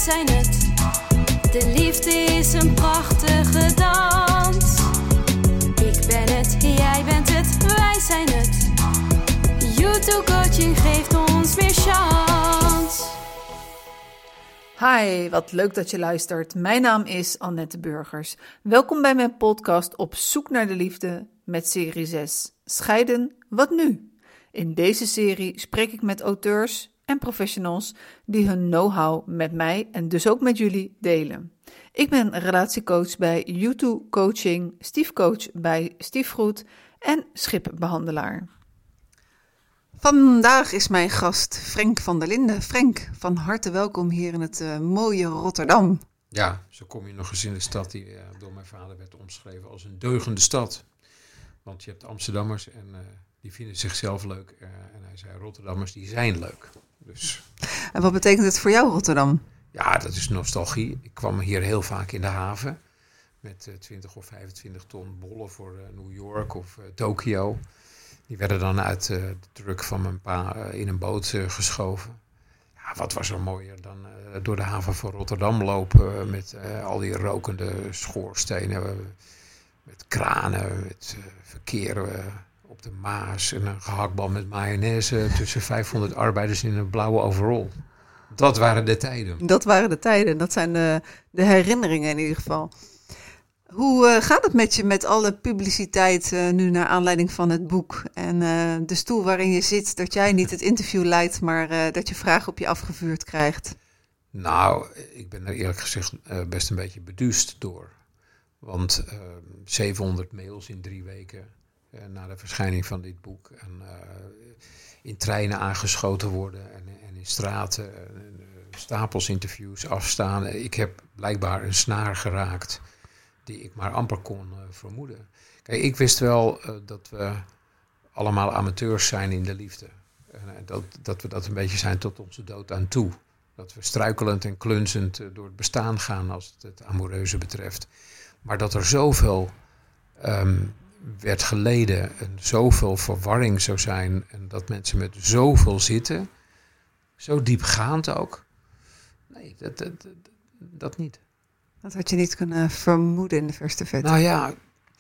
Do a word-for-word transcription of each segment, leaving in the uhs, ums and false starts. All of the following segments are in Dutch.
zijn het. De liefde is een prachtige dans. Ik ben het, jij bent het, wij zijn het. YouTube Coaching geeft ons meer chance. Hi, wat leuk dat je luistert. Mijn naam is Annette Burgers. Welkom bij mijn podcast Op zoek naar de liefde met serie zes. Scheiden, wat nu? In deze serie spreek ik met auteurs en professionals die hun know-how met mij en dus ook met jullie delen. Ik ben relatiecoach bij YouTube Coaching, stiefcoach bij Stiefgoed en schipbehandelaar. Vandaag is mijn gast Frank van der Linden. Frank, van harte welkom hier in het uh, mooie Rotterdam. Ja, zo kom je nog eens in de stad die uh, door mijn vader werd omschreven als een deugende stad. Want je hebt Amsterdammers en uh, die vinden zichzelf leuk. Uh, en hij zei Rotterdammers die zijn leuk. Dus, en wat betekent het voor jou Rotterdam? Ja, dat is nostalgie. Ik kwam hier heel vaak in de haven met uh, twintig of vijfentwintig ton bollen voor uh, New York of uh, Tokio. Die werden dan uit uh, de truck van mijn pa uh, in een boot uh, geschoven. Ja, wat was er mooier dan uh, door de haven van Rotterdam lopen uh, met uh, al die rokende schoorstenen, uh, met kranen, met uh, verkeer uh, op de Maas en een gehaktbal met mayonaise tussen vijfhonderd arbeiders in een blauwe overall. Dat waren de tijden. Dat waren de tijden, dat zijn de, de herinneringen in ieder geval. Hoe uh, gaat het met je met alle publiciteit uh, nu naar aanleiding van het boek? En uh, de stoel waarin je zit, dat jij niet het interview leidt, maar uh, dat je vragen op je afgevuurd krijgt? Nou, ik ben er eerlijk gezegd uh, best een beetje beduust door. Want uh, zevenhonderd mails in drie weken uh, na de verschijning van dit boek. En uh, in treinen aangeschoten worden en, en in straten uh, stapels interviews afstaan. Ik heb blijkbaar een snaar geraakt die ik maar amper kon uh, vermoeden. Kijk, ik wist wel uh, dat we allemaal amateurs zijn in de liefde. En uh, dat, dat we dat een beetje zijn tot onze dood aan toe. Dat we struikelend en klunzend uh, door het bestaan gaan als het het amoureuze betreft. Maar dat er zoveel um, werd geleden en zoveel verwarring zou zijn en dat mensen met zoveel zitten, zo diepgaand ook. Nee, dat, dat, dat, dat niet. Dat had je niet kunnen vermoeden in de verste verte. Nou ja,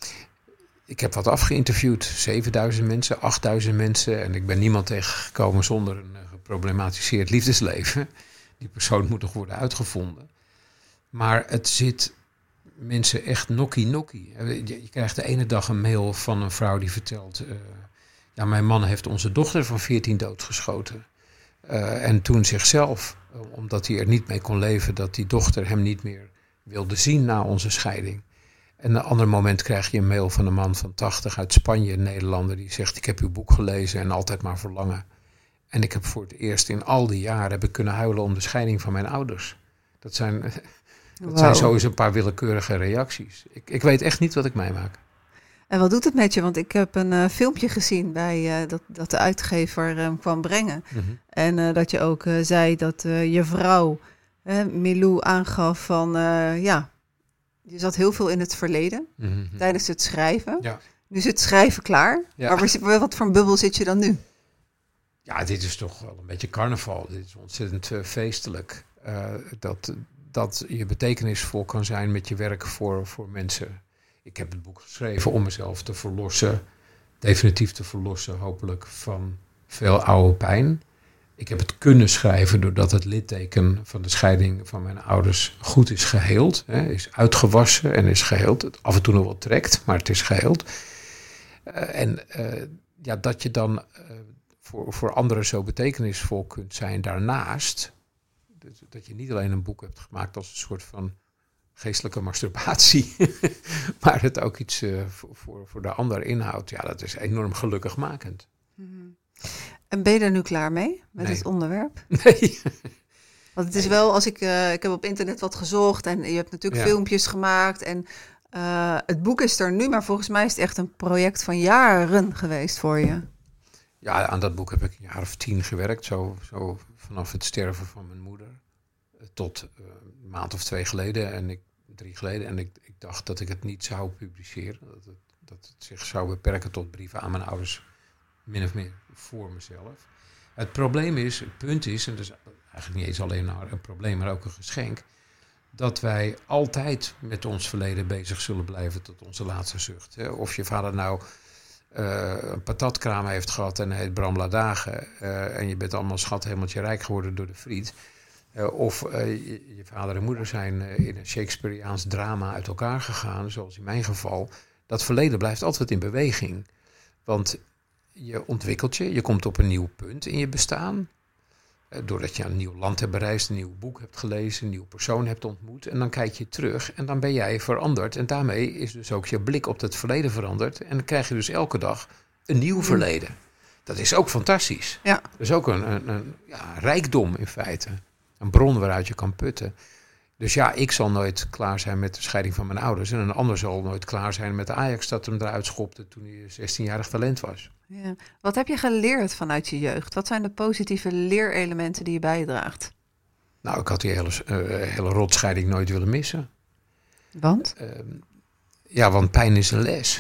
ik heb wat afgeïnterviewd. zevenduizend mensen, achtduizend mensen. En ik ben niemand tegengekomen zonder een geproblematiseerd liefdesleven. Die persoon moet nog worden uitgevonden. Maar het zit mensen echt nokkie-nokkie. Je, je krijgt de ene dag een mail van een vrouw die vertelt, Uh, ja, mijn man heeft onze dochter van veertien doodgeschoten. Uh, en toen zichzelf, omdat hij er niet mee kon leven, dat die dochter hem niet meer wilde zien na onze scheiding. En een ander moment krijg je een mail van een man van tachtig uit Spanje, een Nederlander, die zegt, ik heb uw boek gelezen en altijd maar verlangen. En ik heb voor het eerst in al die jaren heb ik kunnen huilen om de scheiding van mijn ouders. Dat zijn, dat wow. zijn sowieso een paar willekeurige reacties. Ik, ik weet echt niet wat ik meemaak. En wat doet het met je? Want ik heb een uh, filmpje gezien bij, uh, dat, dat de uitgever uh, kwam brengen. Mm-hmm. En uh, dat je ook uh, zei dat uh, je vrouw, uh, Milou, aangaf van, uh, ja, je zat heel veel in het verleden, mm-hmm. tijdens het schrijven. Ja. Nu is het schrijven klaar. Ja. Maar waar, wat voor een bubbel zit je dan nu? Ja, dit is toch wel een beetje carnaval. Dit is ontzettend uh, feestelijk. Uh, dat, dat je betekenisvol kan zijn met je werk voor, voor mensen. Ik heb het boek geschreven om mezelf te verlossen, definitief te verlossen, hopelijk van veel oude pijn. Ik heb het kunnen schrijven doordat het litteken van de scheiding van mijn ouders goed is geheeld. Hè, is uitgewassen en is geheeld. Het af en toe nog wel trekt, maar het is geheeld. Uh, en uh, ja, dat je dan uh, voor, voor anderen zo betekenisvol kunt zijn daarnaast. Dat, dat je niet alleen een boek hebt gemaakt als een soort van geestelijke masturbatie, maar het ook iets uh, voor, voor, voor de ander inhoudt. Ja, dat is enorm gelukkigmakend. Mm-hmm. En ben je er nu klaar mee met nee. het onderwerp? Nee. Want het is wel, als ik, uh, ik heb op internet wat gezocht en je hebt natuurlijk ja. filmpjes gemaakt en uh, het boek is er nu, maar volgens mij is het echt een project van jaren geweest voor je. Ja, aan dat boek heb ik een jaar of tien gewerkt, zo, zo vanaf het sterven van mijn moeder tot uh, een maand of twee geleden en ik drie geleden en ik, ik dacht dat ik het niet zou publiceren, dat het, dat het zich zou beperken tot brieven aan mijn ouders, min of meer voor mezelf. Het probleem is, het punt is, en dat is eigenlijk niet eens alleen maar een probleem, maar ook een geschenk, dat wij altijd met ons verleden bezig zullen blijven tot onze laatste zucht. Hè. Of je vader nou uh, een patatkraam heeft gehad en hij heet Bram Ladagen uh, en je bent allemaal schat hemeltje rijk geworden door de friet. Uh, of uh, je, je vader en moeder zijn uh, in een Shakespeareaans drama uit elkaar gegaan, zoals in mijn geval. Dat verleden blijft altijd in beweging. Want je ontwikkelt je, je komt op een nieuw punt in je bestaan. Uh, doordat je een nieuw land hebt bereisd, een nieuw boek hebt gelezen, een nieuwe persoon hebt ontmoet. En dan kijk je terug en dan ben jij veranderd. En daarmee is dus ook je blik op het verleden veranderd. En dan krijg je dus elke dag een nieuw verleden. Dat is ook fantastisch. Ja. Dat is ook een, een, een ja, rijkdom in feite. Een bron waaruit je kan putten. Dus ja, ik zal nooit klaar zijn met de scheiding van mijn ouders. En een ander zal nooit klaar zijn met de Ajax dat hem eruit schopte toen hij zestienjarig talent was. Ja. Wat heb je geleerd vanuit je jeugd? Wat zijn de positieve leerelementen die je bijdraagt? Nou, ik had die hele, uh, hele rotscheiding nooit willen missen. Want? Uh, ja, want pijn is een les.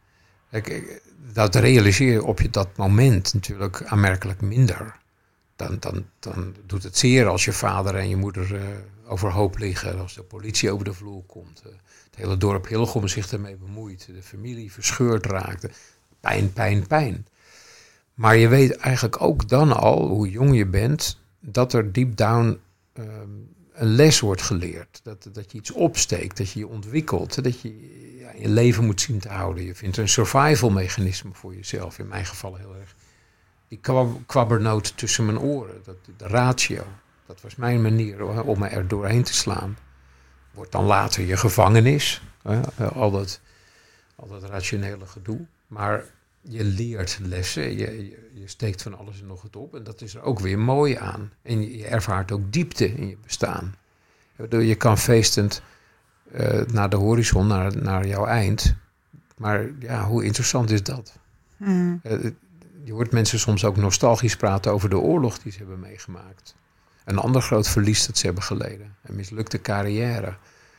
Kijk, dat realiseer je op je dat moment natuurlijk aanmerkelijk minder. Dan, dan, dan doet het zeer als je vader en je moeder uh, overhoop liggen. Als de politie over de vloer komt. Uh, het hele dorp Hillegom zich ermee bemoeit. De familie verscheurd raakte. Pijn, pijn, pijn. Maar je weet eigenlijk ook dan al, hoe jong je bent, dat er deep down uh, een les wordt geleerd. Dat, dat je iets opsteekt, dat je je ontwikkelt. Dat je ja, je leven moet zien te houden. Je vindt een survival mechanisme voor jezelf. In mijn geval heel erg. Die kwab- kwabbernoot tussen mijn oren, dat, de ratio, dat was mijn manier hoor, om me er doorheen te slaan. Wordt dan later je gevangenis, hè, al, dat, al dat rationele gedoe. Maar je leert lessen, je, je, je steekt van alles en nog wat op en dat is er ook weer mooi aan. En je, je ervaart ook diepte in je bestaan. Je kan feestend uh, naar de horizon, naar, naar jouw eind. Maar ja, hoe interessant is dat? Hmm. Uh, Je hoort mensen soms ook nostalgisch praten over de oorlog die ze hebben meegemaakt. Een ander groot verlies dat ze hebben geleden. Een mislukte carrière.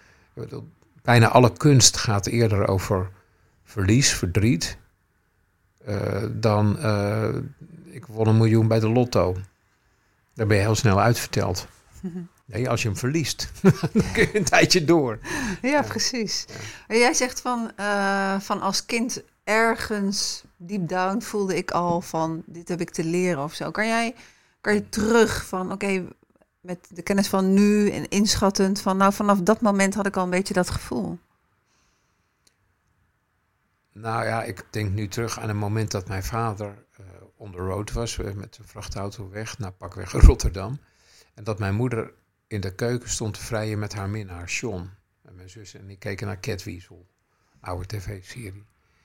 Bijna alle kunst gaat eerder over verlies, verdriet. Uh, dan uh, ik won een miljoen bij de lotto. Daar ben je heel snel uitverteld. Nee, als je hem verliest, dan kun je een tijdje door. Ja, Ja. precies. Ja. En jij zegt van, uh, van als kind ergens deep down voelde ik al van dit heb ik te leren of zo. Kan jij kan je terug van oké, okay, met de kennis van nu en inschattend van nou vanaf dat moment had ik al een beetje dat gevoel. Nou ja, ik denk nu terug aan een moment dat mijn vader uh, on the road was uh, met een vrachtauto weg naar pakweg Rotterdam. En dat mijn moeder in de keuken stond te vrijen met haar minnaar John. En mijn zus en ik keken naar Catweasel, oude tv-serie.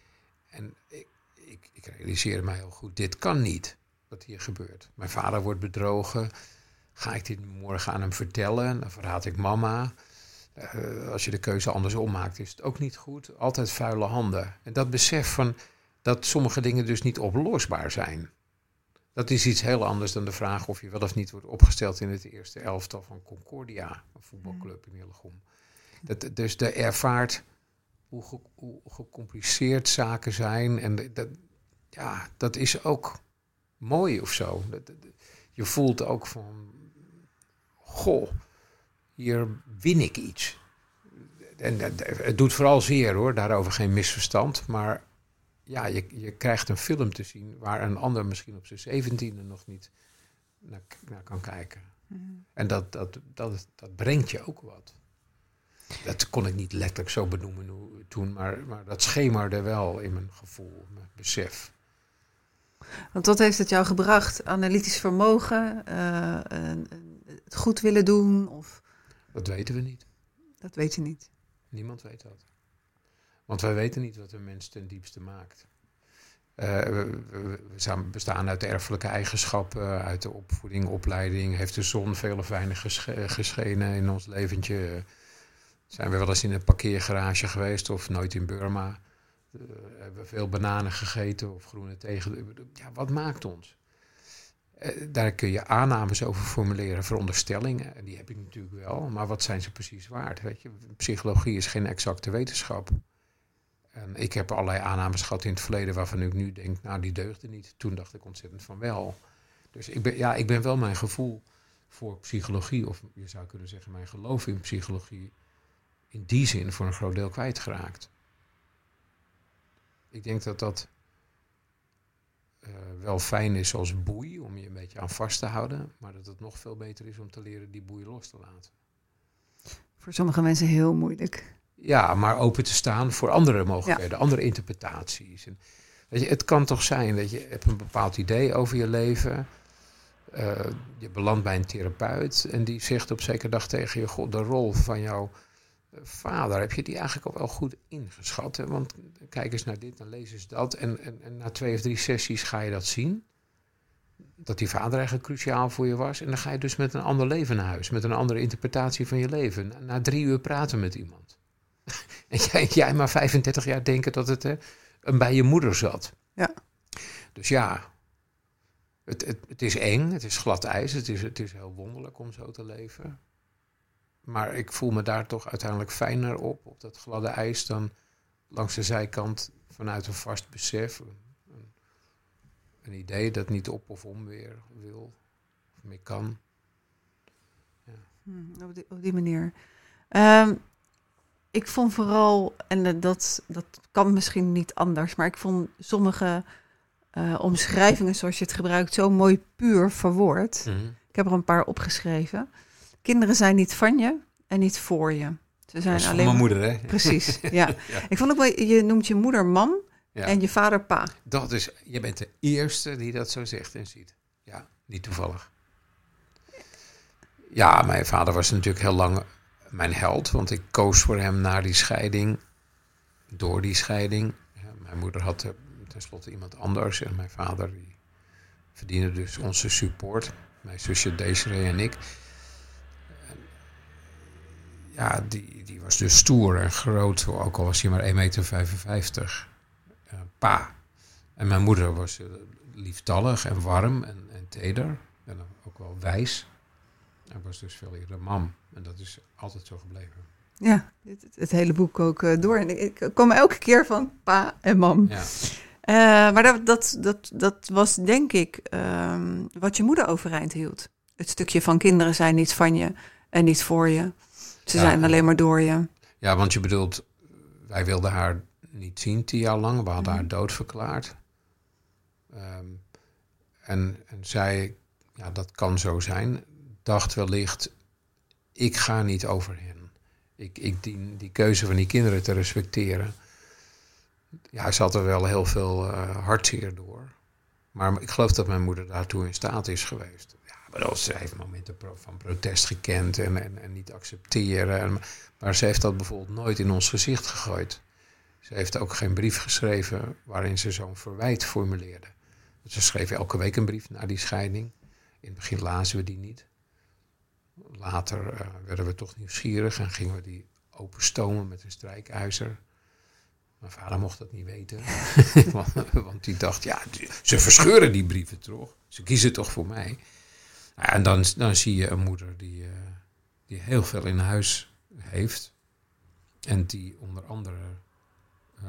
En ik, ik, ik realiseerde mij heel goed, dit kan niet, wat hier gebeurt. Mijn vader wordt bedrogen. Ga ik dit morgen aan hem vertellen? Dan verraad ik mama. Uh, als je de keuze andersom maakt, is het ook niet goed. Altijd vuile handen. En dat besef van dat sommige dingen dus niet oplosbaar zijn. Dat is iets heel anders dan de vraag of je wel of niet wordt opgesteld in het eerste elftal van Concordia, een voetbalclub in Hillegom. Dat, dus de ervaart hoe, ge, hoe gecompliceerd zaken zijn. En dat, ja, dat is ook mooi of zo. Dat, dat, je voelt ook van, goh, hier win ik iets. En het doet vooral zeer hoor, daarover geen misverstand. Maar ja, je, je krijgt een film te zien waar een ander misschien op zijn zeventiende nog niet naar, naar kan kijken. Mm. En dat, dat, dat, dat brengt je ook wat. Dat kon ik niet letterlijk zo benoemen toen, maar, maar dat schemerde wel in mijn gevoel, mijn besef. Want wat heeft het jou gebracht? Analytisch vermogen, uh, uh, het goed willen doen? Of... Dat weten we niet. Dat weet je niet. Niemand weet dat. Want wij weten niet wat een mens ten diepste maakt. Uh, we, we, we bestaan uit de erfelijke eigenschappen, uit de opvoeding, opleiding. Heeft de zon vele fijne gesche- geschenen in ons leventje? Zijn we wel eens in een parkeergarage geweest of nooit in Burma? Uh, hebben we veel bananen gegeten of groene thee? Ja, wat maakt ons? Uh, daar kun je aannames over formuleren, veronderstellingen. En die heb ik natuurlijk wel, maar wat zijn ze precies waard? Weet je? Psychologie is geen exacte wetenschap. En ik heb allerlei aannames gehad in het verleden waarvan ik nu denk, nou die deugden niet. Toen dacht ik ontzettend van wel. Dus ik ben, ja, ik ben wel mijn gevoel voor psychologie, of je zou kunnen zeggen mijn geloof in psychologie, in die zin voor een groot deel kwijtgeraakt. Ik denk dat dat uh, wel fijn is als boei, om je een beetje aan vast te houden, maar dat het nog veel beter is om te leren die boei los te laten. Voor sommige mensen heel moeilijk. Ja, maar open te staan voor andere mogelijkheden, ja. andere interpretaties. En, weet je, het kan toch zijn dat je hebt een bepaald idee over je leven. Uh, je belandt bij een therapeut en die zegt op zekere dag tegen je: God, de rol van jouw vader, heb je die eigenlijk al wel goed ingeschat? Hè? Want kijk eens naar dit en lees eens dat. En, en, en na twee of drie sessies ga je dat zien. Dat die vader eigenlijk cruciaal voor je was. En dan ga je dus met een ander leven naar huis. Met een andere interpretatie van je leven. Na, na drie uur praten met iemand. En jij, jij maar vijfendertig jaar denken dat het hè, bij je moeder zat. Ja. Dus ja, het, het, het is eng, het is glad ijs, het is, het is heel wonderlijk om zo te leven. Maar ik voel me daar toch uiteindelijk fijner op, op dat gladde ijs, dan langs de zijkant vanuit een vast besef. Een, een idee dat niet op of om weer wil, of meer kan. Ja. Hmm, op, die, op die manier. Um, ik vond vooral, en dat, dat kan misschien niet anders, maar ik vond sommige uh, omschrijvingen zoals je het gebruikt zo mooi puur verwoord. Mm-hmm. Ik heb er een paar opgeschreven. Kinderen zijn niet van je en niet voor je. Ze zijn dat is alleen van mijn moeder, hè? Precies, ja. ja. Ik vond ook wel, je noemt je moeder mam ja. en je vader pa. Dat is, je bent de eerste die dat zo zegt en ziet. Ja, niet toevallig. Ja, mijn vader was natuurlijk heel lang mijn held, want ik koos voor hem na die scheiding, door die scheiding. Ja, mijn moeder had uh, tenslotte iemand anders en mijn vader die verdiende dus onze support. Mijn zusje Desiree en ik. En, ja, die, die was dus stoer en groot, ook al was hij maar één meter vijfenvijftig. Uh, pa. En mijn moeder was uh, lieftallig en warm en, en teder. En ook wel wijs. En was dus veel eerder mam. En dat is altijd zo gebleven. Ja, het, het hele boek ook uh, door. En ik, ik kwam elke keer van pa en mam. Ja. Uh, maar dat, dat, dat, dat was denk ik um, wat je moeder overeind hield. Het stukje van kinderen zijn niet van je en niet voor je. Ze ja, zijn alleen maar door je. Ja, want je bedoelt, wij wilden haar niet zien tien jaar lang. We hadden mm. haar dood verklaard. Um, en, en zij, ja, dat kan zo zijn, dacht wellicht, ik ga niet over hen. Ik, ik dien die keuze van die kinderen te respecteren. Ja, ze had er wel heel veel uh, hartzeer door. Maar ik geloof dat mijn moeder daartoe in staat is geweest. Ja, maar ze heeft momenten van protest gekend en, en, en niet accepteren. En, maar ze heeft dat bijvoorbeeld nooit in ons gezicht gegooid. Ze heeft ook geen brief geschreven waarin ze zo'n verwijt formuleerde. Ze schreef elke week een brief na die scheiding. In het begin lazen we die niet. Later uh, werden we toch nieuwsgierig en gingen we die openstomen met een strijkijzer. Mijn vader mocht dat niet weten. want, want die dacht, ja, ze verscheuren die brieven toch. Ze kiezen toch voor mij. Nou, en dan, dan zie je een moeder die, uh, die heel veel in huis heeft. En die onder andere uh,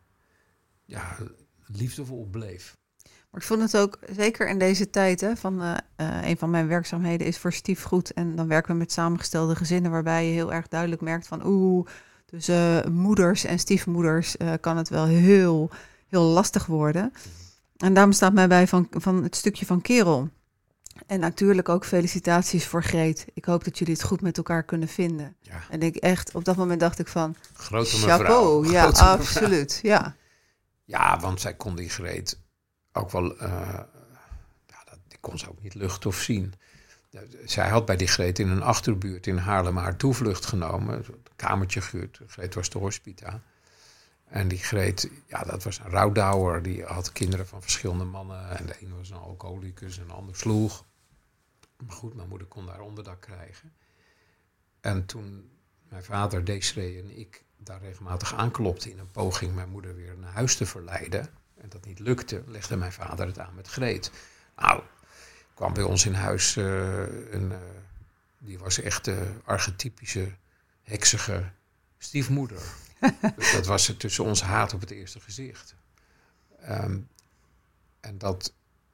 ja, liefdevol bleef. Maar ik vond het ook, zeker in deze tijd, hè, van uh, uh, een van mijn werkzaamheden is voor stiefgoed. En dan werken we met samengestelde gezinnen, waarbij je heel erg duidelijk merkt van oeh, tussen uh, moeders en stiefmoeders uh, kan het wel heel, heel lastig worden. En daarom staat mij bij van, van het stukje van Kerel. En natuurlijk ook felicitaties voor Greet. Ik hoop dat jullie het goed met elkaar kunnen vinden. Ja. En ik echt, op dat moment dacht ik van, grote chapeau. Mevrouw. Ja, Grote absoluut. Mevrouw. Ja. ja, want zij kon die Greet ook wel, uh, ja, dat, die kon ze ook niet luchten of zien. Zij had bij die Greet in een achterbuurt in Haarlem haar toevlucht genomen. Een kamertje gehuurd. Greet was de hospita. En die Greet, ja, dat was een rouwdouwer. Die had kinderen van verschillende mannen. En de ene was een alcoholicus en de ander sloeg. Maar goed, mijn moeder kon daar onderdak krijgen. En toen mijn vader, Desiree en ik daar regelmatig aanklopten in een poging mijn moeder weer naar huis te verleiden, en dat niet lukte, legde mijn vader het aan met Greet. Nou, kwam bij ons in huis uh, een, uh, die was echt de archetypische, heksige stiefmoeder. Dus dat was tussen ons haat op het eerste gezicht. Um, en dat,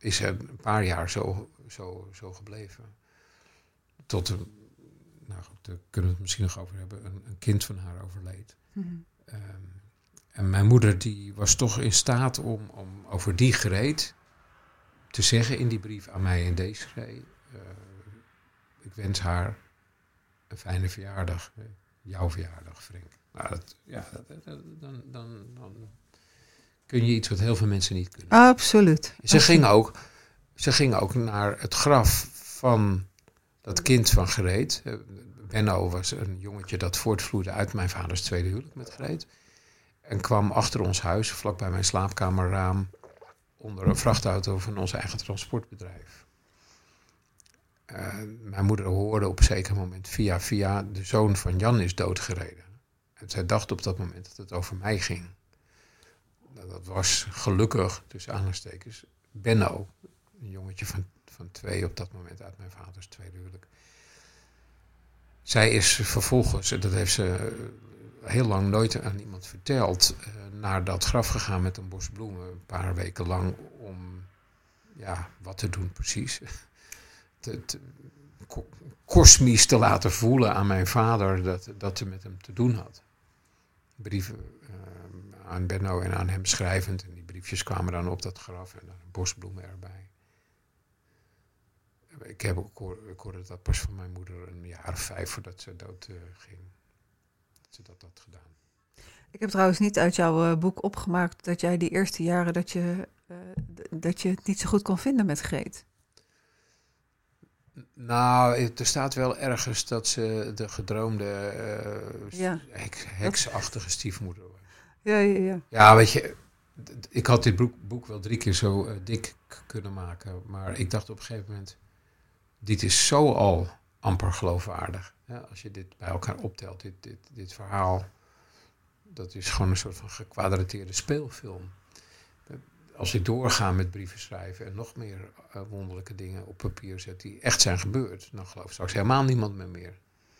is er een paar jaar zo, zo, zo gebleven. Tot, een, nou goed, daar kunnen we het misschien nog over hebben, een, een kind van haar overleed. Mm-hmm. Um, en mijn moeder die was toch in staat om, om over die Greet te zeggen in die brief aan mij en Desiree. Uh, ik wens haar een fijne verjaardag. Jouw verjaardag, Frank. Nou, dat, ja, dat, dat, dan, dan, dan kun je iets wat heel veel mensen niet kunnen. Absoluut. Ze, Absoluut. Ging ook, ze ging ook naar het graf van dat kind van Greet. Benno was een jongetje dat voortvloeide uit mijn vaders tweede huwelijk met Greet. En kwam achter ons huis, vlakbij mijn slaapkamerraam, onder een vrachtauto van ons eigen transportbedrijf. Uh, mijn moeder hoorde op een zeker moment via via, de zoon van Jan is doodgereden. En zij dacht op dat moment dat het over mij ging. Dat was gelukkig, tussen aanhalingstekens, Benno. Een jongetje van, van twee op dat moment uit mijn vaders tweede huwelijk. Zij is vervolgens, dat heeft ze heel lang nooit aan iemand verteld, uh, naar dat graf gegaan met een bos bloemen. Een paar weken lang om, ja, wat te doen precies. Te, te, ko- kosmisch te laten voelen aan mijn vader dat, dat ze met hem te doen had. Brieven uh, aan Benno en aan hem schrijvend. En die briefjes kwamen dan op dat graf en dan een bos bloemen erbij. Ik, heb ook, ik hoorde dat pas van mijn moeder een jaar of vijf voordat ze dood uh, ging. Dat ze dat had gedaan. Ik heb trouwens niet uit jouw uh, boek opgemaakt dat jij die eerste jaren dat je, uh, d- dat je het niet zo goed kon vinden met Greet. Nou, er staat wel ergens dat ze de gedroomde uh, ja. heks, heksachtige stiefmoeder was. Ja, ja, ja. Ja, weet je, ik had dit boek, boek wel drie keer zo uh, dik k- kunnen maken. Maar ik dacht op een gegeven moment, dit is zo al amper geloofwaardig. Ja, als je dit bij elkaar optelt, dit, dit, dit verhaal, dat is gewoon een soort van gekwadrateerde speelfilm. Als ik doorga met brieven schrijven en nog meer uh, wonderlijke dingen op papier zet die echt zijn gebeurd, dan gelooft straks helemaal niemand meer meer.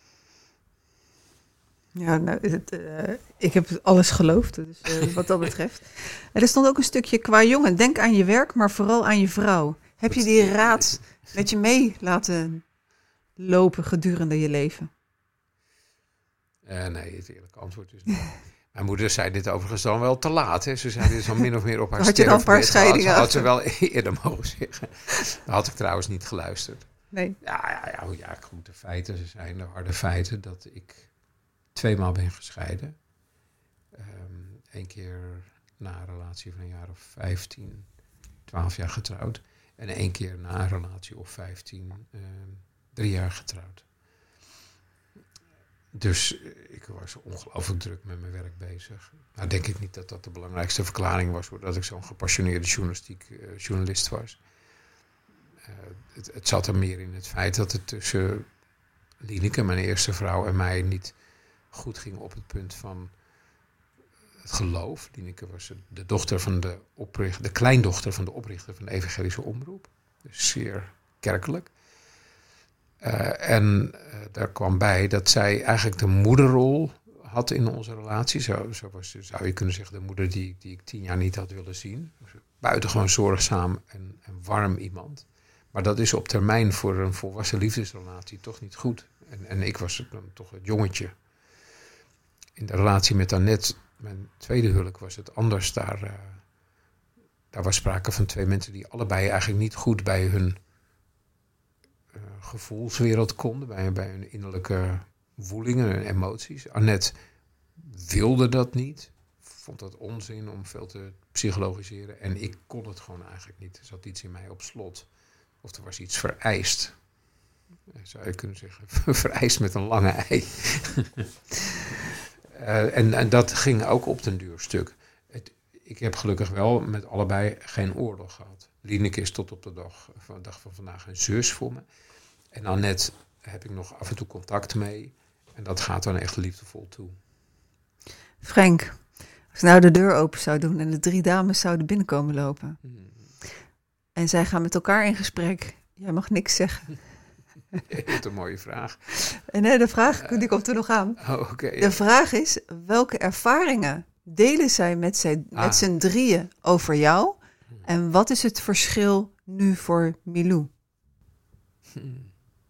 Ja, nou, het, uh, ik heb alles geloofd, dus uh, wat dat betreft. En er stond ook een stukje qua jongen. Denk aan je werk, maar vooral aan je vrouw. Heb je die raad met je mee laten lopen gedurende je leven? Uh, nee, het eerlijke antwoord is nee. Mijn moeder zei dit overigens dan wel te laat. Hè. Ze zei dit al min of meer op haar had je dan een paar scheidingen? Had, had ze wel eerder mogen zeggen. Dat had ik trouwens niet geluisterd. Nee. Ja, ja, ja, ja goed, de feiten ze zijn de harde feiten dat ik tweemaal ben gescheiden. Um, Eén keer na een relatie van een jaar of vijftien, twaalf jaar getrouwd. En één keer na een relatie of vijftien, um, drie jaar getrouwd. Dus ik was ongelooflijk druk met mijn werk bezig. Nou denk ik niet dat dat de belangrijkste verklaring was, dat ik zo'n gepassioneerde journalistiek uh, journalist was. Uh, het, het zat er meer in het feit dat het tussen Lieneke, mijn eerste vrouw, en mij niet goed ging op het punt van het geloof. Lieneke was de dochter van de oprichter, de kleindochter van de oprichter van de Evangelische Omroep. Dus zeer kerkelijk. Uh, en uh, daar kwam bij dat zij eigenlijk de moederrol had in onze relatie. Zo, zo was, zou je kunnen zeggen, de moeder die, die ik tien jaar niet had willen zien. Buitengewoon zorgzaam en, en warm iemand. Maar dat is op termijn voor een volwassen liefdesrelatie toch niet goed. En, en ik was dan toch het jongetje. In de relatie met Annette, mijn tweede huwelijk, was het anders. Daar, uh, daar was sprake van twee mensen die allebei eigenlijk niet goed bij hun uh, gevoelswereld konden. Bij, bij hun innerlijke voelingen en emoties. Annette wilde dat niet. Vond dat onzin om veel te psychologiseren. En ik kon het gewoon eigenlijk niet. Er zat iets in mij op slot. Of er was iets vereist. Zou je kunnen zeggen. Vereist met een lange ei. uh, en, en dat ging ook op den duur stuk. Het, ik heb gelukkig wel met allebei geen oorlog gehad. Lieneke is tot op de dag van, de dag van vandaag een zus voor me. En Annette heb ik nog af en toe contact mee. En dat gaat dan echt liefdevol toe. Frank, als ik nou de deur open zou doen en de drie dames zouden binnenkomen lopen. Hmm. En zij gaan met elkaar in gesprek. Jij mag niks zeggen. Wat een mooie vraag. En nee, de vraag die komt er nog aan. Oh, okay, de ja. vraag is, welke ervaringen delen zij met, zij, ah. met z'n drieën over jou? En wat is het verschil nu voor Milou? Hmm.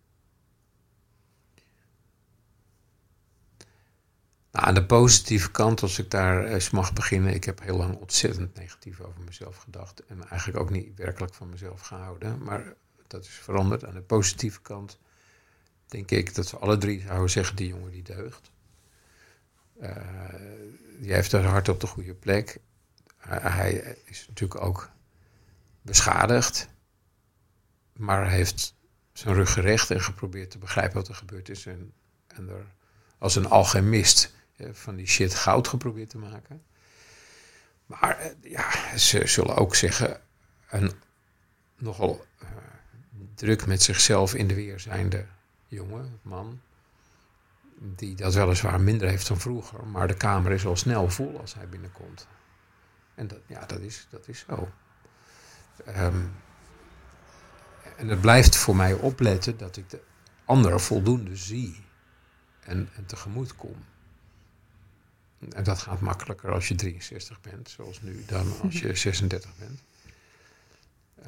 Nou, aan de positieve kant, als ik daar eens mag beginnen. Ik heb heel lang ontzettend negatief over mezelf gedacht. En eigenlijk ook niet werkelijk van mezelf gehouden. Maar dat is veranderd. Aan de positieve kant denk ik dat we alle drie zouden zeggen, die jongen die deugt. Uh, die heeft het hart op de goede plek. Uh, hij is natuurlijk ook beschadigd. Maar heeft zijn rug gerecht en geprobeerd te begrijpen wat er gebeurd is. En, en er als een alchemist van die shit goud geprobeerd te maken. Maar ja, ze zullen ook zeggen, een nogal uh, druk met zichzelf in de weer zijnde jongen, man, die dat weliswaar minder heeft dan vroeger, maar de kamer is al snel vol als hij binnenkomt. En dat, ja, dat is, dat is zo. Um, en het blijft voor mij opletten dat ik de anderen voldoende zie en, en tegemoet kom. En dat gaat makkelijker als je drieënzestig bent, zoals nu, dan als je zesendertig bent. Uh,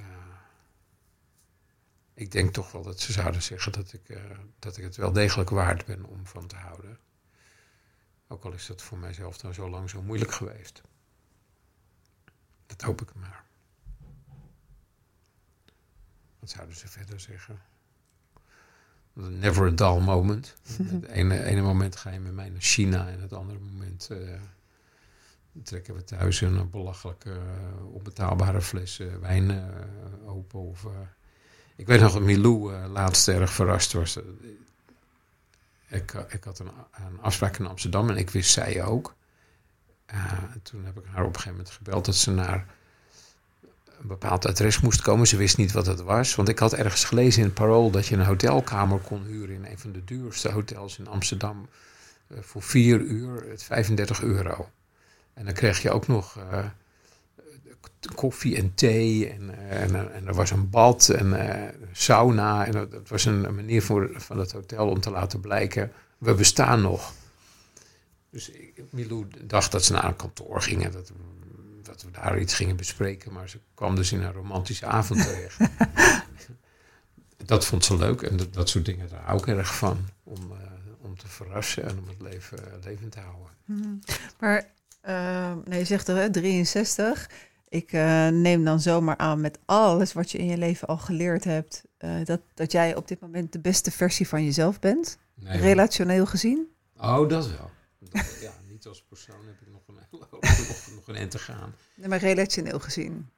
ik denk toch wel dat ze zouden zeggen dat ik, uh, dat ik het wel degelijk waard ben om van te houden. Ook al is dat voor mijzelf dan zo lang zo moeilijk geweest. Dat hoop ik maar. Wat zouden ze verder zeggen? Never a dull moment. Het ene, ene moment ga je met mij naar China en het andere moment uh, trekken we thuis een belachelijke, uh, onbetaalbare fles uh, wijn uh, open. Of, uh, ik weet nog dat Milou uh, laatst erg verrast was. Ik, uh, ik had een, een afspraak in Amsterdam en ik wist zij ook. Uh, toen heb ik haar op een gegeven moment gebeld dat ze naar een bepaald adres moest komen. Ze wist niet wat het was. Want ik had ergens gelezen in het Parool dat je een hotelkamer kon huren in een van de duurste hotels in Amsterdam. Uh, voor vier uur, het vijfendertig euro. En dan kreeg je ook nog uh, koffie en thee. En, uh, en, en er was een bad en uh, sauna. En het was een, een manier voor, van het hotel om te laten blijken, we bestaan nog. Dus Milou dacht dat ze naar een kantoor gingen. Dat dat we daar iets gingen bespreken, maar ze kwam dus in een romantische avond terecht. Dat vond ze leuk en dat, dat soort dingen, daar hou ik erg van. Om, uh, om te verrassen en om het leven uh, levend te houden. Hmm. Maar, uh, nee, je zegt er, drieënzestig. Ik uh, neem dan zomaar aan met alles wat je in je leven al geleerd hebt, uh, dat, dat jij op dit moment de beste versie van jezelf bent, nee, relationeel gezien. Oh, dat wel. Dat, ja, niet als persoon heb ik nog een hele hoop, nog, nog een eind te gaan. Nee, maar relationeel gezien.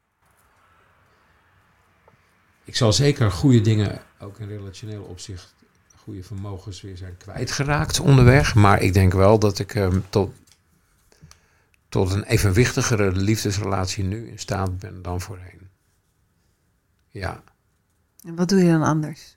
Ik zal zeker goede dingen, ook in relationeel opzicht, goede vermogens weer zijn kwijtgeraakt onderweg. Maar ik denk wel dat ik um, tot, tot een evenwichtigere liefdesrelatie nu in staat ben dan voorheen. Ja. En wat doe je dan anders?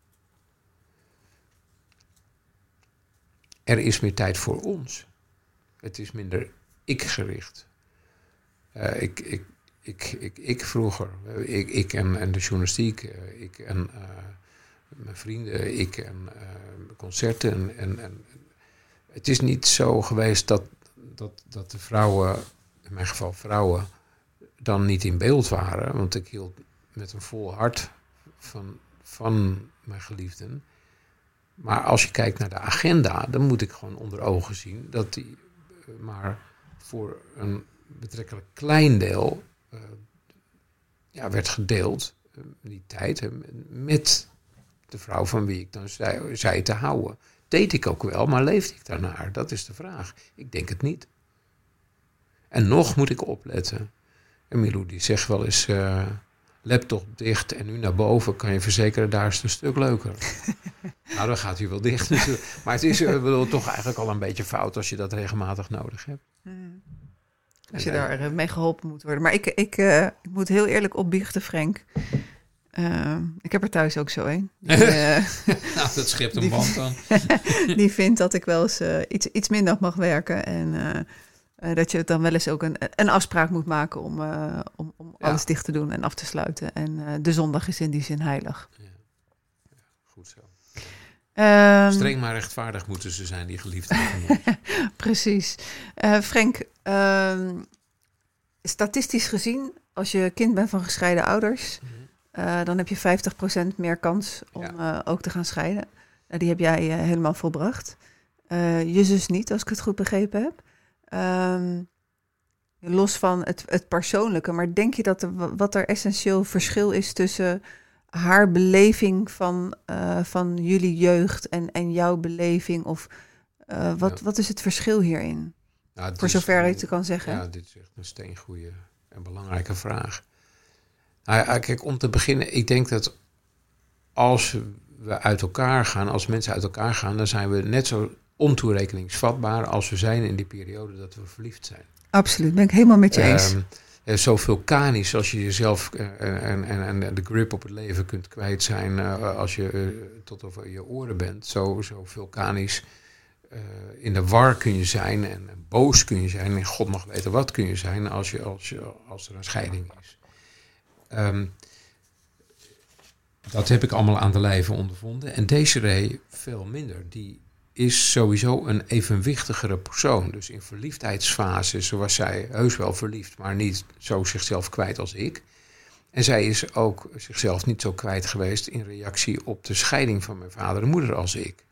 Er is meer tijd voor ons. Het is minder ik-gericht. Uh, ik, ik, ik, ik, ik vroeger, ik, ik en, en de journalistiek, uh, ik en uh, mijn vrienden, ik en uh, concerten. En, en, en het is niet zo geweest dat, dat, dat de vrouwen, in mijn geval vrouwen, dan niet in beeld waren. Want ik hield met een vol hart van, van mijn geliefden. Maar als je kijkt naar de agenda, dan moet ik gewoon onder ogen zien dat die uh, maar voor een betrekkelijk klein deel uh, ja, werd gedeeld, uh, die tijd, uh, met de vrouw van wie ik dan zei, zei te houden. Deed ik ook wel, maar leefde ik daarnaar? Dat is de vraag. Ik denk het niet. En nog moet ik opletten. En Milou die zegt wel eens, uh, laptop dicht en nu naar boven, kan je verzekeren, daar is het een stuk leuker. Nou, dan gaat hij wel dicht natuurlijk. Maar het is uh, bedoel, toch eigenlijk al een beetje fout als je dat regelmatig nodig hebt. Hmm. Als je daar uh, mee geholpen moet worden. Maar ik, ik, uh, ik moet heel eerlijk opbiechten, Frank. Uh, ik heb er thuis ook zo een. Die, uh, nou, dat schept een band dan. Die vindt dat ik wel eens uh, iets, iets minder mag werken. En uh, uh, dat je dan wel eens ook een, een afspraak moet maken om, uh, om, om ja. alles dicht te doen en af te sluiten. En uh, de zondag is in die zin heilig. Ja. Ja, goed zo. Um, Streng maar rechtvaardig moeten ze zijn, die geliefden. Precies. Uh, Frank, uh, statistisch gezien, als je kind bent van gescheiden ouders, mm-hmm. Uh, dan heb je vijftig procent meer kans om ja. uh, ook te gaan scheiden. Uh, die heb jij uh, helemaal volbracht. Uh, je zus niet, als ik het goed begrepen heb. Um, los van het, het persoonlijke, maar denk je dat er, wat er essentieel verschil is tussen haar beleving van, uh, van jullie jeugd en, en jouw beleving? Of uh, wat, ja. wat is het verschil hierin? Nou, Voor zover je het kan zeggen. Ja, dit is echt een steengoeie en belangrijke vraag. Nou, kijk, om te beginnen, ik denk dat als we uit elkaar gaan, als mensen uit elkaar gaan, dan zijn we net zo ontoerekeningsvatbaar als we zijn in die periode dat we verliefd zijn. Absoluut, ben ik helemaal met je eens. Um, zo vulkanisch als je jezelf uh, en, en, en de grip op het leven kunt kwijt zijn uh, als je uh, tot over je oren bent. Zo, zo vulkanisch uh, in de war kun je zijn en, en boos kun je zijn en God mag weten wat kun je zijn als, je, als, je, als er een scheiding is. Um, dat heb ik allemaal aan de lijve ondervonden. En Desiree veel minder. Die is sowieso een evenwichtigere persoon. Dus in verliefdheidsfases was zij heus wel verliefd, maar niet zo zichzelf kwijt als ik. En zij is ook zichzelf niet zo kwijt geweest in reactie op de scheiding van mijn vader en moeder als ik.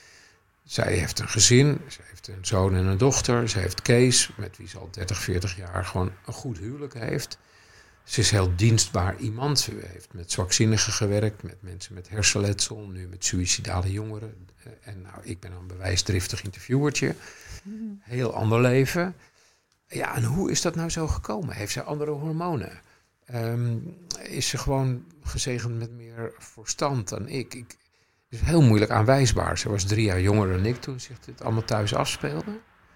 Zij heeft een gezin, ze heeft een zoon en een dochter. Ze heeft Kees, met wie ze al dertig, veertig jaar gewoon een goed huwelijk heeft. Ze is heel dienstbaar iemand. Ze heeft met zwakzinnigen gewerkt, met mensen met hersenletsel, nu met suïcidale jongeren. En nou, ik ben een bewijsdriftig interviewertje. Heel ander leven. Ja, en hoe is dat nou zo gekomen? Heeft zij andere hormonen? Um, is ze gewoon gezegend met meer verstand dan ik? ik het is heel moeilijk aanwijsbaar. Ze was drie jaar jonger dan ik toen zich dit allemaal thuis afspeelde.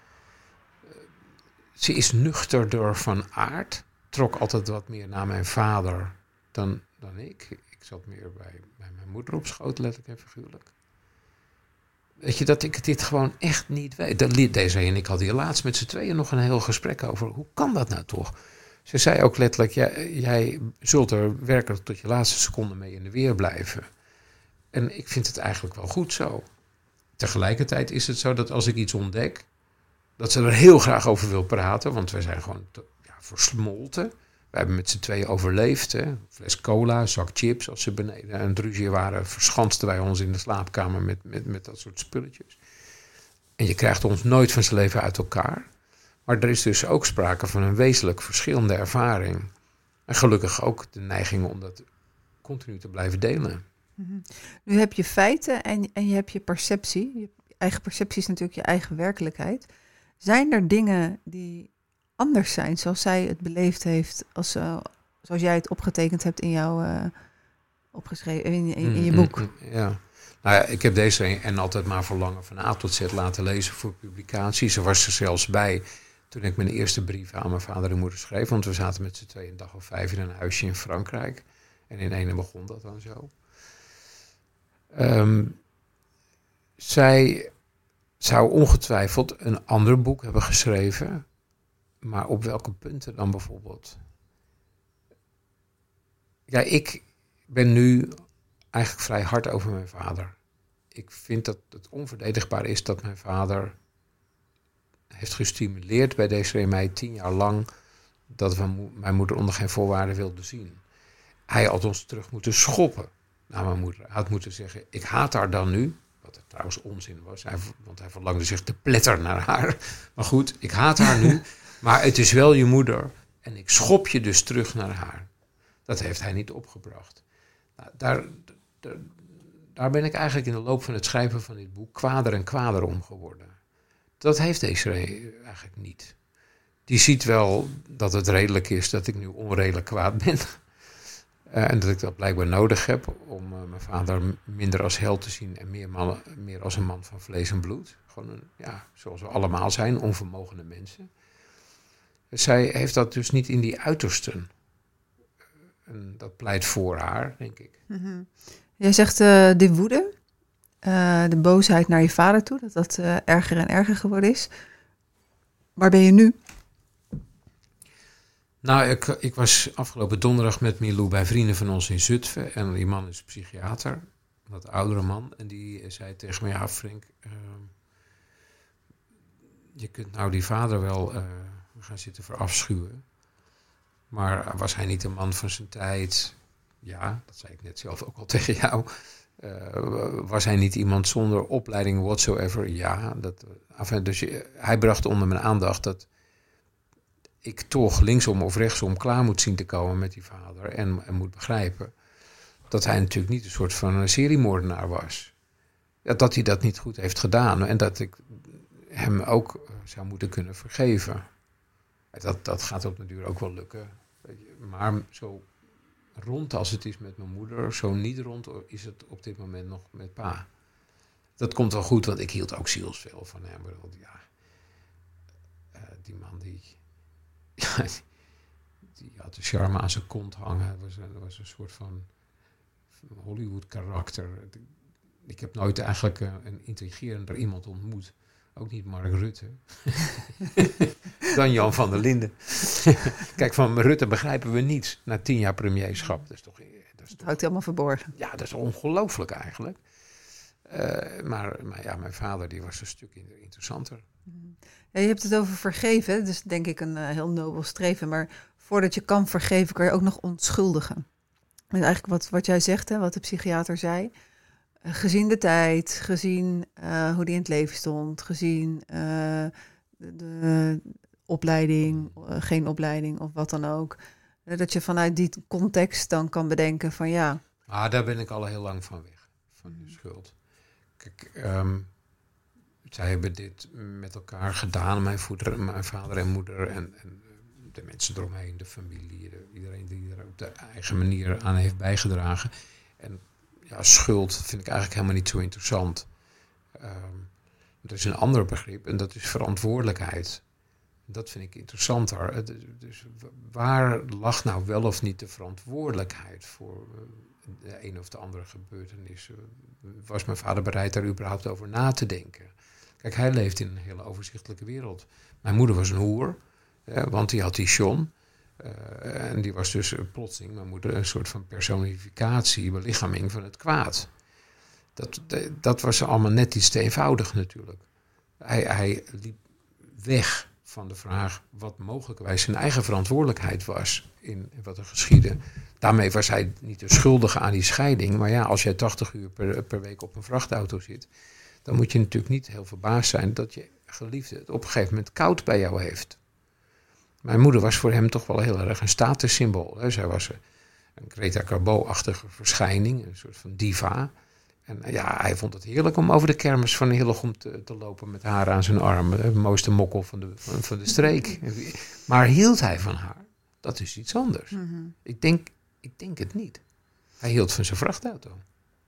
Uh, ze is nuchterder van aard. Trok altijd wat meer naar mijn vader dan, dan ik. Ik zat meer bij, bij mijn moeder op schoot, letterlijk en figuurlijk. Weet je, dat ik dit gewoon echt niet weet. Deze en ik hadden hier laatst met z'n tweeën nog een heel gesprek over. Hoe kan dat nou toch? Ze zei ook letterlijk, jij, jij zult er werkelijk tot je laatste seconde mee in de weer blijven. En ik vind het eigenlijk wel goed zo. Tegelijkertijd is het zo dat als ik iets ontdek, dat ze er heel graag over wil praten. Want wij zijn gewoon te, ja, versmolten. We hebben met z'n tweeën overleefd. Hè. Een fles cola, een zak chips. Als ze beneden aan het ruzie waren, verschansten wij ons in de slaapkamer met, met, met dat soort spulletjes. En je krijgt ons nooit van zijn leven uit elkaar. Maar er is dus ook sprake van een wezenlijk verschillende ervaring. En gelukkig ook de neiging om dat continu te blijven delen. Mm-hmm. Nu heb je feiten en, en je hebt je perceptie. Je eigen perceptie is natuurlijk je eigen werkelijkheid. Zijn er dingen die anders zijn zoals zij het beleefd heeft, als, uh, zoals jij het opgetekend hebt in jouw uh, opgeschreven in, in, in je boek? Mm, ja. Nou ja, ik heb deze en altijd maar verlangen van A tot Z laten lezen voor publicatie. Ze was er zelfs bij toen ik mijn eerste brief aan mijn vader en moeder schreef. Want we zaten met z'n tweeën een dag of vijf in een huisje in Frankrijk. En in ene begon dat dan zo. Um, zij zou ongetwijfeld een ander boek hebben geschreven. Maar op welke punten dan bijvoorbeeld? Ja, ik ben nu eigenlijk vrij hard over mijn vader. Ik vind dat het onverdedigbaar is dat mijn vader heeft gestimuleerd bij deze en mij tien jaar lang dat we mo- mijn moeder onder geen voorwaarden wilde zien. Hij had ons terug moeten schoppen naar mijn moeder. Hij had moeten zeggen, ik haat haar dan nu. Wat er trouwens onzin was, hij, want hij verlangde zich te pletteren naar haar. Maar goed, ik haat haar nu, maar het is wel je moeder. En ik schop je dus terug naar haar. Dat heeft hij niet opgebracht. Nou, daar, daar, daar ben ik eigenlijk in de loop van het schrijven van dit boek kwader en kwader om geworden. Dat heeft Desiree eigenlijk niet. Die ziet wel dat het redelijk is dat ik nu onredelijk kwaad ben. Uh, en dat ik dat blijkbaar nodig heb om uh, mijn vader minder als held te zien en meer, man, meer als een man van vlees en bloed. Gewoon een, ja, zoals we allemaal zijn, onvermogende mensen. Zij heeft dat dus niet in die uitersten. En dat pleit voor haar, denk ik. Mm-hmm. Jij zegt uh, de woede, uh, de boosheid naar je vader toe, dat dat uh, erger en erger geworden is. Waar ben je nu? Nou, ik, ik was afgelopen donderdag met Milou bij vrienden van ons in Zutphen. En die man is psychiater, een wat oudere man. En die zei tegen me, ja Frank, uh, je kunt nou die vader wel uh, gaan zitten verafschuwen. Maar was hij niet een man van zijn tijd? Ja, dat zei ik net zelf ook al tegen jou. Uh, was hij niet iemand zonder opleiding whatsoever? Ja, dat, enfin, dus uh, hij bracht onder mijn aandacht dat ik toch linksom of rechtsom klaar moet zien te komen met die vader. En, en moet begrijpen dat hij natuurlijk niet een soort van een seriemoordenaar was. Ja, dat hij dat niet goed heeft gedaan. En dat ik hem ook zou moeten kunnen vergeven. Dat, dat gaat op de duur ook wel lukken. Maar zo rond als het is met mijn moeder, zo niet rond is het op dit moment nog met pa. Dat komt wel goed, want ik hield ook zielsveel van hem. Want ja, uh, die man die, ja, die had de charme aan zijn kont hangen. Dat was, dat was een soort van Hollywood karakter. Ik heb nooit eigenlijk een, een intrigerender iemand ontmoet. Ook niet Mark Rutte. Dan Jan van der Linden. Kijk, van Rutte begrijpen we niets na tien jaar premierschap. Dat is toch... Dat is het houdt helemaal verborgen. Ja, dat is ongelooflijk eigenlijk. Uh, maar, maar ja, mijn vader die was een stuk interessanter. Ja, je hebt het over vergeven. Dat is denk ik een uh, heel nobel streven. Maar voordat je kan vergeven, kan je ook nog onschuldigen. En eigenlijk wat, wat jij zegt, hè, wat de psychiater zei. Uh, gezien de tijd, gezien uh, hoe die in het leven stond, gezien uh, de, de opleiding, uh, geen opleiding of wat dan ook. Uh, dat je vanuit die context dan kan bedenken van ja. Ah, daar ben ik al heel lang van weg, van de schuld. Kijk, um, zij hebben dit met elkaar gedaan, mijn, voeder, mijn vader en moeder en, en de mensen eromheen, de familie, de, iedereen die er op de eigen manier aan heeft bijgedragen. En ja, schuld vind ik eigenlijk helemaal niet zo interessant. Um, er is een ander begrip en dat is verantwoordelijkheid. Dat vind ik interessanter. Dus waar lag nou wel of niet de verantwoordelijkheid voor de een of de andere gebeurtenis? Was mijn vader bereid daar überhaupt over na te denken? Kijk, hij leeft in een hele overzichtelijke wereld. Mijn moeder was een hoer, want die had die John. Uh, en die was dus uh, plotseling, mijn moeder, een soort van personificatie, belichaming van het kwaad. Dat, de, dat was allemaal net iets te eenvoudig natuurlijk. Hij, hij liep weg van de vraag wat mogelijkerwijs zijn eigen verantwoordelijkheid was in wat er geschiedde. Daarmee was hij niet de schuldige aan die scheiding. Maar ja, als jij tachtig uur per, per week op een vrachtauto zit, dan moet je natuurlijk niet heel verbaasd zijn dat je geliefde het op een gegeven moment koud bij jou heeft. Mijn moeder was voor hem toch wel heel erg een statussymbool. Hè. Zij was een Greta Garbo-achtige verschijning, een soort van diva. En ja, hij vond het heerlijk om over de kermis van Hillegom te, te lopen met haar aan zijn arm. De mooiste mokkel van de, van, van de streek. Maar hield hij van haar? Dat is iets anders. Mm-hmm. Ik denk, ik denk het niet. Hij hield van zijn vrachtauto.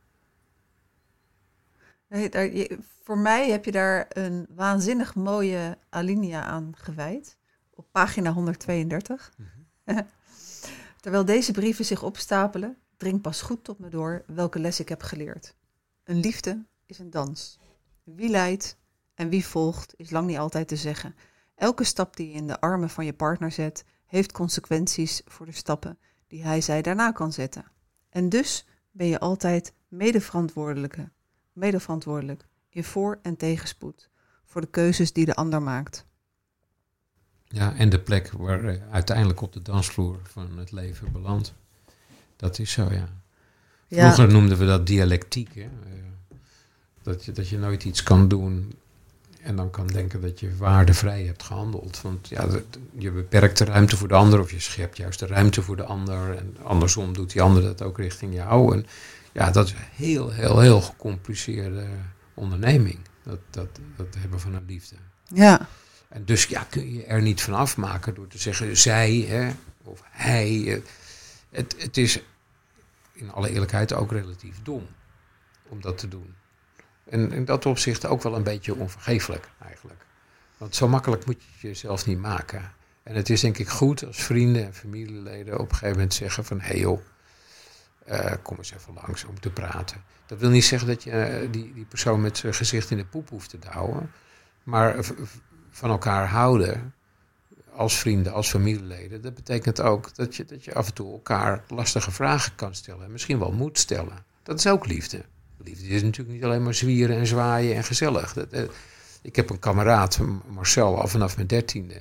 Nee, daar, je, voor mij heb je daar een waanzinnig mooie alinea aan gewijd. Op pagina honderdtweeëndertig. Mm-hmm. Terwijl deze brieven zich opstapelen, dringt pas goed tot me door welke les ik heb geleerd. Een liefde is een dans. Wie leidt en wie volgt is lang niet altijd te zeggen. Elke stap die je in de armen van je partner zet, heeft consequenties voor de stappen die hij zij daarna kan zetten. En dus ben je altijd medeverantwoordelijke, medeverantwoordelijk in voor- en tegenspoed voor de keuzes die de ander maakt. Ja, en de plek waar uh, uiteindelijk op de dansvloer van het leven belandt. Dat is zo, ja. Vroeger ja. noemden we dat dialectiek. Hè? Uh, dat, je, dat je nooit iets kan doen en dan kan denken dat je waardevrij hebt gehandeld. Want ja, de, je beperkt de ruimte voor de ander of je schept juist de ruimte voor de ander. En andersom doet die ander dat ook richting jou. En ja, dat is een heel, heel, heel gecompliceerde onderneming. Dat, dat, dat hebben van een liefde. Ja. En dus ja, kun je er niet van afmaken door te zeggen zij hè, of hij. Het, het is in alle eerlijkheid ook relatief dom om dat te doen. En in dat opzicht ook wel een beetje onvergeeflijk eigenlijk. Want zo makkelijk moet je het jezelf niet maken. En het is denk ik goed als vrienden en familieleden op een gegeven moment zeggen van hé hey joh, uh, kom eens even langs om te praten. Dat wil niet zeggen dat je uh, die, die persoon met zijn gezicht in de poep hoeft te douwen. Maar v- van elkaar houden als vrienden, als familieleden, dat betekent ook dat je, dat je af en toe elkaar lastige vragen kan stellen. En misschien wel moet stellen. Dat is ook liefde. Liefde is natuurlijk niet alleen maar zwieren en zwaaien en gezellig. Dat, uh, ik heb een kameraad, Marcel, al vanaf mijn dertiende.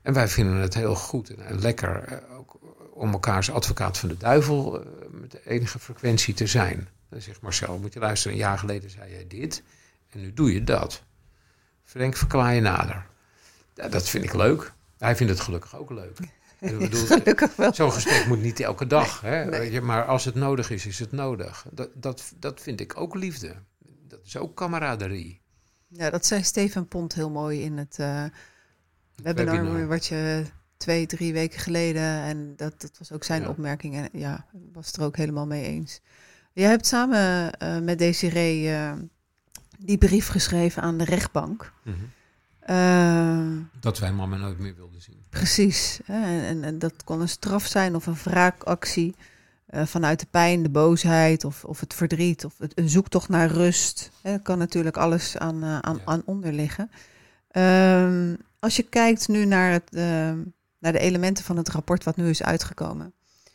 En wij vinden het heel goed en, en lekker uh, ook om elkaars advocaat van de duivel uh, met de enige frequentie te zijn. Dan zegt Marcel, moet je luisteren, een jaar geleden zei jij dit en nu doe je dat. Frank, verklaar je nader. Ja, dat vind ik leuk. Hij vindt het gelukkig ook leuk. Ik bedoel, gelukkig wel. Zo'n gesprek moet niet elke dag. Nee, hè? Nee. Maar als het nodig is, is het nodig. Dat, dat, dat vind ik ook liefde. Dat is ook kameraderie. Ja, dat zei Steven Pont heel mooi in het uh, webinar, webinar wat je twee, drie weken geleden, en dat, dat was ook zijn ja. opmerking, en ja, was het er ook helemaal mee eens. Jij hebt samen uh, met Desiree uh, die brief geschreven aan de rechtbank. Mm-hmm. Uh, dat wij mama nooit meer wilden zien. Precies. Hè? En, en, en dat kon een straf zijn of een wraakactie uh, vanuit de pijn, de boosheid of, of het verdriet of het, een zoektocht naar rust. Hè? Er kan natuurlijk alles aan, uh, aan, ja. aan onder liggen. Um, als je kijkt nu naar, het, uh, naar de elementen van het rapport wat nu is uitgekomen.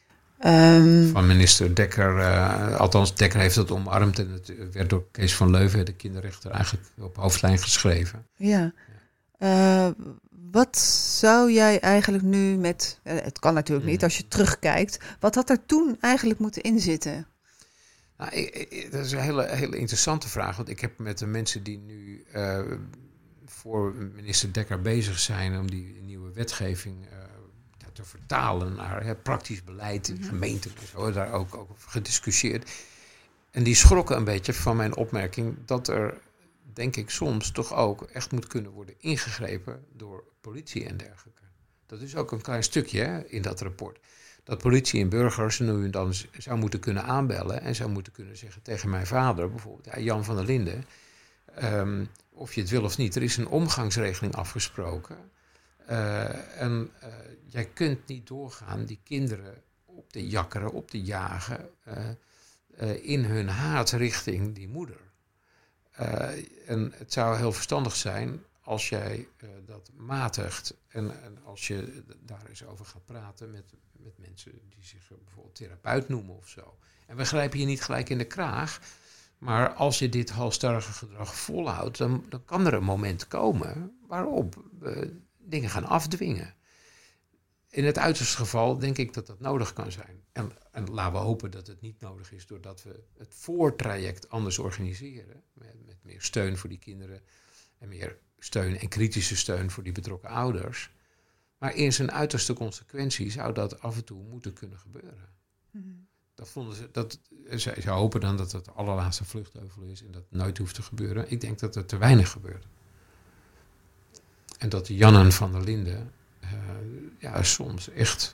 Um, van minister Dekker, uh, althans Dekker heeft het omarmd en het werd door Kees van Leuven, de kinderrechter, eigenlijk op hoofdlijn geschreven. Ja. Uh, wat zou jij eigenlijk nu met, uh, het kan natuurlijk niet als je terugkijkt, wat had er toen eigenlijk moeten inzitten? Nou, ik, ik, dat is een hele, hele interessante vraag, want ik heb met de mensen die nu uh, voor minister Dekker bezig zijn om die nieuwe wetgeving uh, te vertalen naar hè, praktisch beleid in mm-hmm. gemeenten en zo, daar ook, ook over gediscussieerd. En die schrokken een beetje van mijn opmerking dat er, denk ik, soms toch ook echt moet kunnen worden ingegrepen door politie en dergelijke. Dat is ook een klein stukje hè, in dat rapport. Dat politie en burgers nu en dan zou moeten kunnen aanbellen en zou moeten kunnen zeggen tegen mijn vader, bijvoorbeeld ja, Jan van der Linden, um, of je het wil of niet, er is een omgangsregeling afgesproken. Uh, en uh, jij kunt niet doorgaan die kinderen op te jakkeren, op te jagen uh, uh, in hun haat richting die moeder. Uh, en het zou heel verstandig zijn als jij uh, dat matigt en, en als je daar eens over gaat praten met, met mensen die zich bijvoorbeeld therapeut noemen of zo. En we grijpen je niet gelijk in de kraag, maar als je dit halstarrige gedrag volhoudt, dan, dan kan er een moment komen waarop we dingen gaan afdwingen. In het uiterste geval denk ik dat dat nodig kan zijn. En, en laten we hopen dat het niet nodig is doordat we het voortraject anders organiseren. Met, met meer steun voor die kinderen en meer steun en kritische steun voor die betrokken ouders. Maar in zijn uiterste consequentie zou dat af en toe moeten kunnen gebeuren. Mm-hmm. Dat vonden ze, dat, ze, ze hopen dan dat het de allerlaatste vluchtheuvel is en dat het nooit hoeft te gebeuren. Ik denk dat er te weinig gebeurt. En dat de Jannen van der Linden uh, ja, soms echt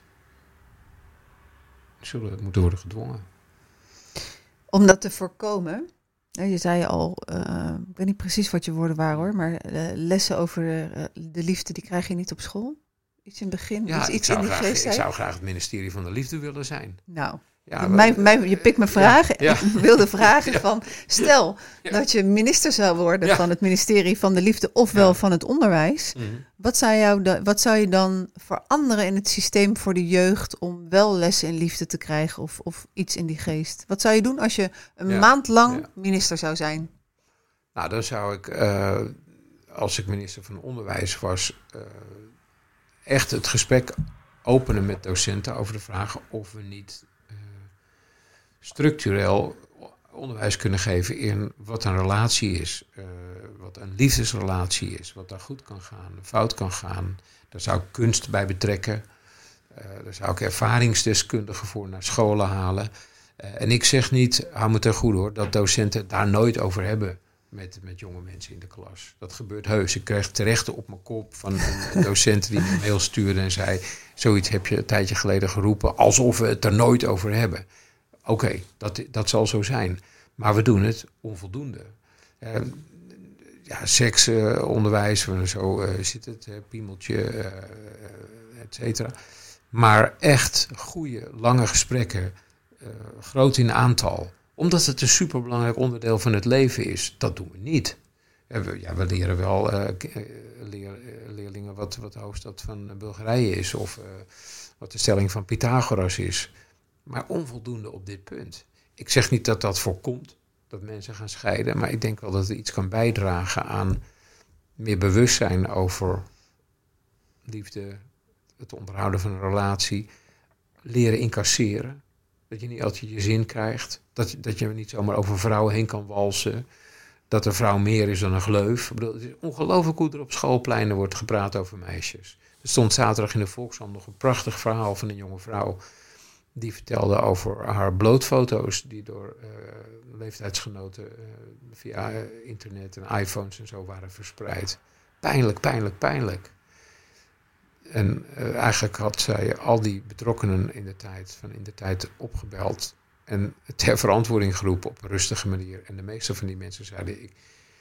zullen moeten worden gedwongen. Om dat te voorkomen, je zei al, uh, ik weet niet precies wat je woorden waren hoor, maar uh, lessen over uh, de liefde, die krijg je niet op school? Iets in het begin? Ja, iets, iets ik, zou in die graag, geest, ik zou graag het ministerie van de Liefde willen zijn. Nou, ja, mijn, mijn, je pikt me vragen. Ja, ja. Ik wilde vragen ja. van, stel ja. dat je minister zou worden ja. van het ministerie van de Liefde ofwel ja. van het onderwijs. Mm-hmm. Wat zou, jou da, wat zou je dan veranderen in het systeem voor de jeugd om wel lessen in liefde te krijgen of, of iets in die geest? Wat zou je doen als je een ja. maand lang ja. minister zou zijn? Nou, dan zou ik, uh, als ik minister van Onderwijs was, uh, echt het gesprek openen met docenten over de vraag of we niet uh, structureel onderwijs kunnen geven in wat een relatie is, uh, wat een liefdesrelatie is, wat daar goed kan gaan, fout kan gaan. Daar zou ik kunst bij betrekken, uh, daar zou ik ervaringsdeskundigen voor naar scholen halen. Uh, en ik zeg niet, hou me ten goede hoor, dat docenten het daar nooit over hebben. Met, met jonge mensen in de klas. Dat gebeurt heus. Ik kreeg terecht op mijn kop van een docent die me een mail stuurde en zei, zoiets heb je een tijdje geleden geroepen, alsof we het er nooit over hebben. Oké, okay, dat, dat zal zo zijn. Maar we doen het onvoldoende. Uh, ja, seksonderwijs, uh, zo uh, zit het, uh, piemeltje, uh, et cetera. Maar echt goede, lange gesprekken, uh, groot in aantal, omdat het een superbelangrijk onderdeel van het leven is. Dat doen we niet. Ja, we, ja, we leren wel uh, leer, leerlingen wat, wat de hoofdstad van Bulgarije is. Of uh, wat de stelling van Pythagoras is. Maar onvoldoende op dit punt. Ik zeg niet dat dat voorkomt, dat mensen gaan scheiden. Maar ik denk wel dat het iets kan bijdragen aan meer bewustzijn over liefde, het onderhouden van een relatie, leren incasseren. Dat je niet altijd je zin krijgt. Dat, dat je niet zomaar over vrouwen heen kan walsen. Dat een vrouw meer is dan een gleuf. Ik bedoel, het is ongelooflijk hoe er op schoolpleinen wordt gepraat over meisjes. Er stond zaterdag in de Volkskrant nog een prachtig verhaal van een jonge vrouw. Die vertelde over haar blootfoto's die door uh, leeftijdsgenoten uh, via uh, internet en iPhones en zo waren verspreid. Pijnlijk, pijnlijk, pijnlijk. En uh, eigenlijk had zij al die betrokkenen in de tijd, van in de tijd opgebeld en ter verantwoording geroepen op een rustige manier. En de meeste van die mensen zeiden ik,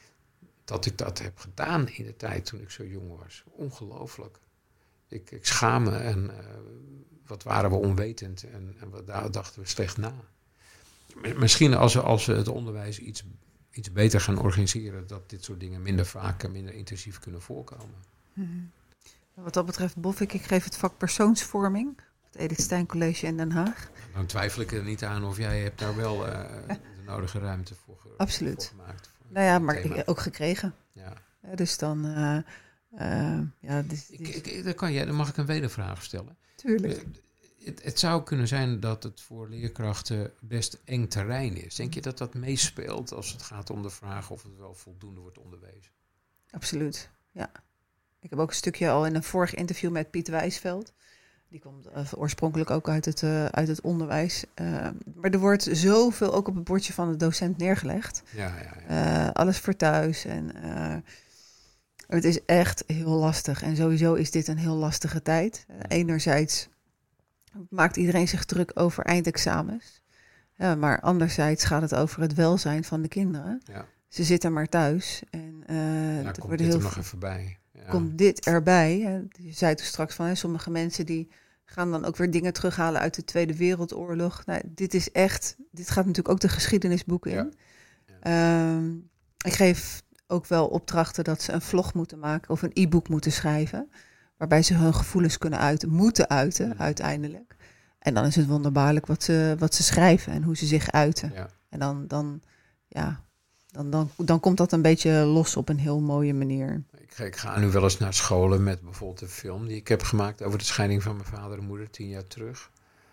dat ik dat heb gedaan in de tijd toen ik zo jong was. Ongelooflijk. Ik, ik schaam me en uh, wat waren we onwetend en, en wat, daar dachten we slecht na. Misschien als we, als we het onderwijs iets, iets beter gaan organiseren, dat dit soort dingen minder vaak en minder intensief kunnen voorkomen. Mm-hmm. Wat dat betreft, Boffik, ik geef het vak persoonsvorming op het Edith Stein College in Den Haag. Dan twijfel ik er niet aan of jij hebt daar wel uh, de nodige ruimte voor, ge- Absoluut. voor gemaakt. Voor nou ja, maar thema. ik, ook gekregen. Ja. Ja, dus dan... Uh, uh, ja, dus, Ik, ik, dan, kan jij, dan mag ik een wedervraag stellen. Tuurlijk. Uh, het, het zou kunnen zijn dat het voor leerkrachten best eng terrein is. Denk je dat dat meespeelt als het gaat om de vraag of het wel voldoende wordt onderwezen? Absoluut, ja. Ik heb ook een stukje al in een vorig interview met Piet Wijsveld. Die komt uh, oorspronkelijk ook uit het, uh, uit het onderwijs. Uh, maar er wordt zoveel ook op het bordje van de docent neergelegd. Ja, ja, ja. Uh, alles voor thuis. En, uh, het is echt heel lastig. En sowieso is dit een heel lastige tijd. Uh, enerzijds maakt iedereen zich druk over eindexamens. Ja, maar anderzijds gaat het over het welzijn van de kinderen. Ja. Ze zitten maar thuis. En uh, ja, er komt worden dit heel er nog veel... even bij. Ja. Komt dit erbij. Hè? Je zei toen straks van hè, sommige mensen die gaan dan ook weer dingen terughalen uit de Tweede Wereldoorlog. Nou, dit is echt, dit gaat natuurlijk ook de geschiedenisboeken in. Ja. Ja. Um, ik geef ook wel opdrachten dat ze een vlog moeten maken of een e-book moeten schrijven. Waarbij ze hun gevoelens kunnen uiten, moeten uiten Ja. uiteindelijk. En dan is het wonderbaarlijk wat ze, wat ze schrijven en hoe ze zich uiten. Ja. En dan, dan, ja, dan, dan, dan komt dat een beetje los op een heel mooie manier. Ik, ik ga nu wel eens naar scholen met bijvoorbeeld een film die ik heb gemaakt over de scheiding van mijn vader en moeder tien jaar terug.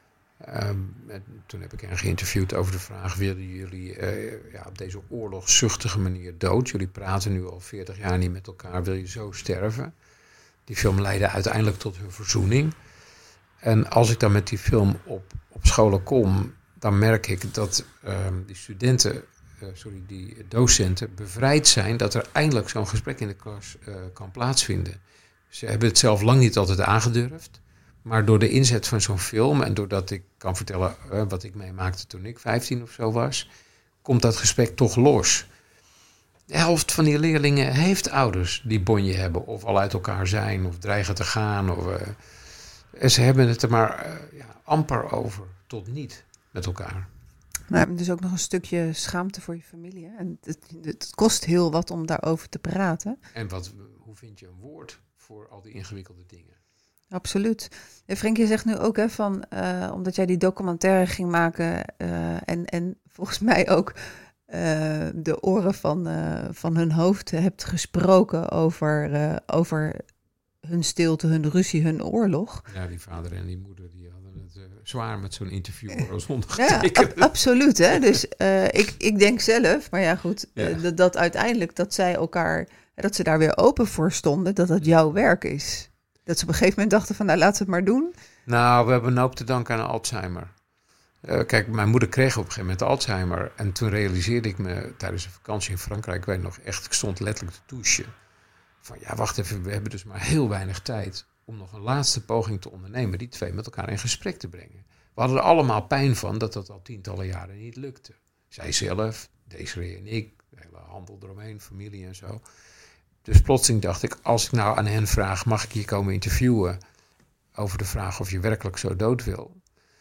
Um, en toen heb ik hen geïnterviewd over de vraag, willen jullie uh, ja, op deze oorlogszuchtige manier dood? Jullie praten nu al veertig jaar niet met elkaar, wil je zo sterven? Die film leidde uiteindelijk tot hun verzoening. En als ik dan met die film op, op scholen kom, dan merk ik dat um, die studenten, uh, sorry, die docenten bevrijd zijn dat er eindelijk zo'n gesprek in de klas uh, kan plaatsvinden. Ze hebben het zelf lang niet altijd aangedurfd. Maar door de inzet van zo'n film en doordat ik kan vertellen uh, wat ik meemaakte toen ik vijftien of zo was, komt dat gesprek toch los. De helft van die leerlingen heeft ouders die bonje hebben of al uit elkaar zijn of dreigen te gaan. Of, uh, en ze hebben het er maar uh, ja, amper over tot niet met elkaar. Maar dus ook nog een stukje schaamte voor je familie. Hè? En het, het kost heel wat om daarover te praten. En wat, hoe vind je een woord voor al die ingewikkelde dingen? Absoluut. En Frank, je zegt nu ook, hè, van, uh, omdat jij die documentaire ging maken uh, en, en volgens mij ook uh, de oren van, uh, van hun hoofd hebt gesproken over, uh, over hun stilte, hun ruzie, hun oorlog. Ja, die vader en die moeder die hadden het uh, zwaar met zo'n interview als ondergetekend. Ja, ab- absoluut. Hè? Dus uh, ik, ik denk zelf, maar ja goed, Ja. Uh, dat, dat uiteindelijk dat zij elkaar, dat ze daar weer open voor stonden, dat dat jouw werk is. Dat ze op een gegeven moment dachten van, nou, laten we het maar doen. Nou, we hebben een hoop te danken aan Alzheimer. Uh, kijk, mijn moeder kreeg op een gegeven moment Alzheimer. En toen realiseerde ik me tijdens een vakantie in Frankrijk, ik weet nog echt, ik stond letterlijk te douchen. Van ja, wacht even, we hebben dus maar heel weinig tijd om nog een laatste poging te ondernemen, die twee met elkaar in gesprek te brengen. We hadden er allemaal pijn van dat dat al tientallen jaren niet lukte. Zij zelf, Desiree en ik, de hele handel eromheen, familie en zo. Dus plotseling dacht ik, als ik nou aan hen vraag, mag ik je komen interviewen over de vraag of je werkelijk zo dood wil?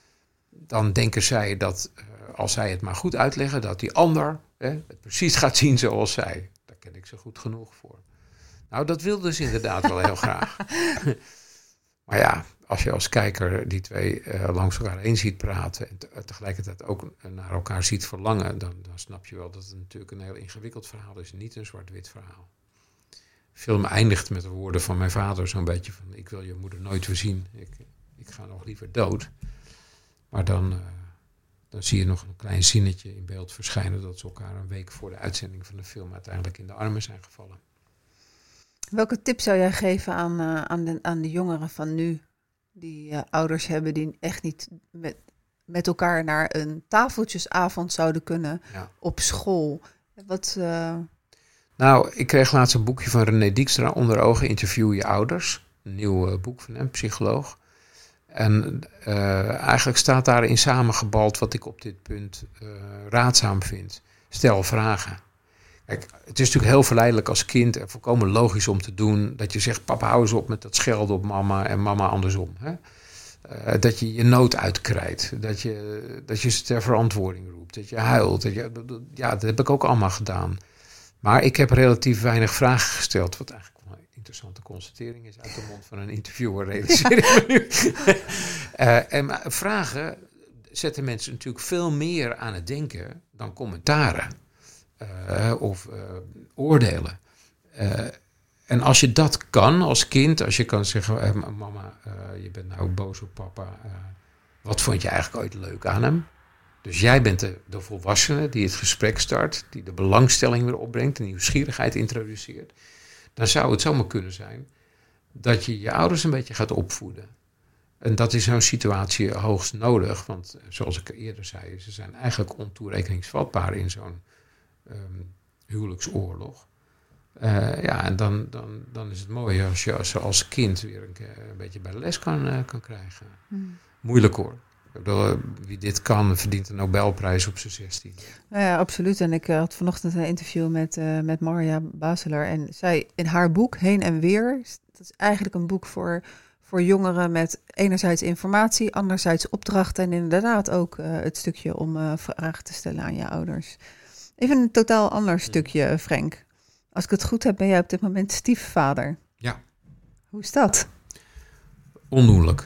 Dan denken zij dat, uh, als zij het maar goed uitleggen, dat die ander hè, het precies gaat zien zoals zij. Daar ken ik ze goed genoeg voor. Nou, dat wilden ze inderdaad wel heel graag. Maar ja, als je als kijker die twee uh, langs elkaar heen ziet praten en te, tegelijkertijd ook naar elkaar ziet verlangen, dan, dan snap je wel dat het natuurlijk een heel ingewikkeld verhaal is, niet een zwart-wit verhaal. film eindigt met de woorden van mijn vader, zo'n beetje van, ik wil je moeder nooit weer zien. Ik, ik ga nog liever dood. Maar dan, uh, dan zie je nog een klein zinnetje in beeld verschijnen dat ze elkaar een week voor de uitzending van de film uiteindelijk in de armen zijn gevallen. Welke tip zou jij geven aan, uh, aan, de, aan de jongeren van nu, die uh, ouders hebben die echt niet met, met elkaar naar een tafeltjesavond zouden kunnen ja. op school? Wat... Uh... Nou, ik kreeg laatst een boekje van René Dijkstra, Onder ogen interview je ouders. Een nieuw uh, boek van hem, psycholoog. En uh, eigenlijk staat daarin samengebald wat ik op dit punt uh, raadzaam vind. Stel vragen. Kijk, het is natuurlijk heel verleidelijk als kind en volkomen logisch om te doen dat je zegt, papa, hou eens op met dat schelden op mama en mama andersom. Hè? Uh, dat je je nood uitkrijt, dat je, dat je ze ter verantwoording roept, dat je huilt. Dat je, ja, dat heb ik ook allemaal gedaan. Maar ik heb relatief weinig vragen gesteld, wat eigenlijk wel een interessante constatering is uit de mond van een interviewer, realiseer ik me nu. uh, en maar vragen zetten mensen natuurlijk veel meer aan het denken dan commentaren uh, of uh, oordelen. Uh, en als je dat kan als kind, als je kan zeggen, uh, mama, uh, je bent nou boos op papa, uh, wat vond je eigenlijk ooit leuk aan hem? Dus jij bent de, de volwassene die het gesprek start, die de belangstelling weer opbrengt, de nieuwsgierigheid introduceert. Dan zou het zomaar kunnen zijn dat je je ouders een beetje gaat opvoeden. En dat is zo'n situatie hoogst nodig, want zoals ik eerder zei, ze zijn eigenlijk ontoerekeningsvatbaar in zo'n um, huwelijksoorlog. Uh, ja, en dan, dan, dan is het mooi als je als, als kind weer een, een beetje bij de les kan, uh, kan krijgen. Hmm. Moeilijk hoor. Wie dit kan, verdient een Nobelprijs op zijn zestien. Nou ja, absoluut. En ik uh, had vanochtend een interview met, uh, met Marja Baseler. En zij in haar boek Heen en Weer, dat is eigenlijk een boek voor, voor jongeren met enerzijds informatie, anderzijds opdrachten en inderdaad ook uh, het stukje om uh, vragen te stellen aan je ouders. Even een totaal ander stukje, Frank. Als ik het goed heb, ben jij op dit moment stiefvader. Ja. Hoe is dat? Ondoenlijk.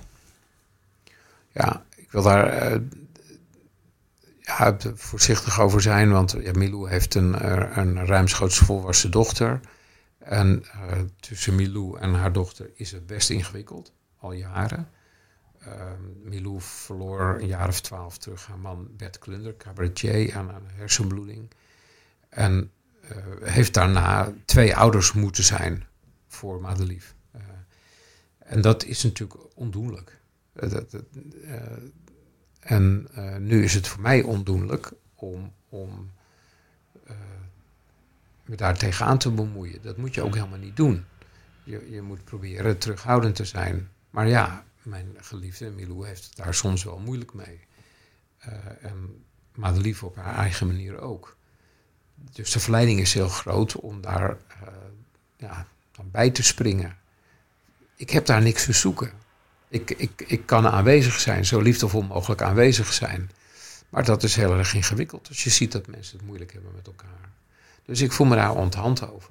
Ja, ik wil daar uh, ja, voorzichtig over zijn, want ja, Milou heeft een, een ruimschoots volwassen dochter. En uh, tussen Milou en haar dochter is het best ingewikkeld, al jaren. Uh, Milou verloor een jaar of twaalf terug haar man Bert Klunder, cabaretier, aan een hersenbloeding. En uh, heeft daarna twee ouders moeten zijn voor Madelief. Uh, en dat is natuurlijk ondoenlijk. Uh, dat, dat, uh, en uh, nu is het voor mij ondoenlijk om, om uh, me daar tegenaan te bemoeien. Dat moet je ook helemaal niet doen. Je, je moet proberen terughoudend te zijn. Maar ja, mijn geliefde Milou heeft het daar soms wel moeilijk mee. Uh, en Madelief op haar eigen manier ook. Dus de verleiding is heel groot om daar uh, ja, dan bij te springen. Ik heb daar niks te zoeken. Ik, ik, ik kan aanwezig zijn, zo liefdevol mogelijk aanwezig zijn. Maar dat is heel erg ingewikkeld. Dus je ziet dat mensen het moeilijk hebben met elkaar. Dus ik voel me daar onthand over.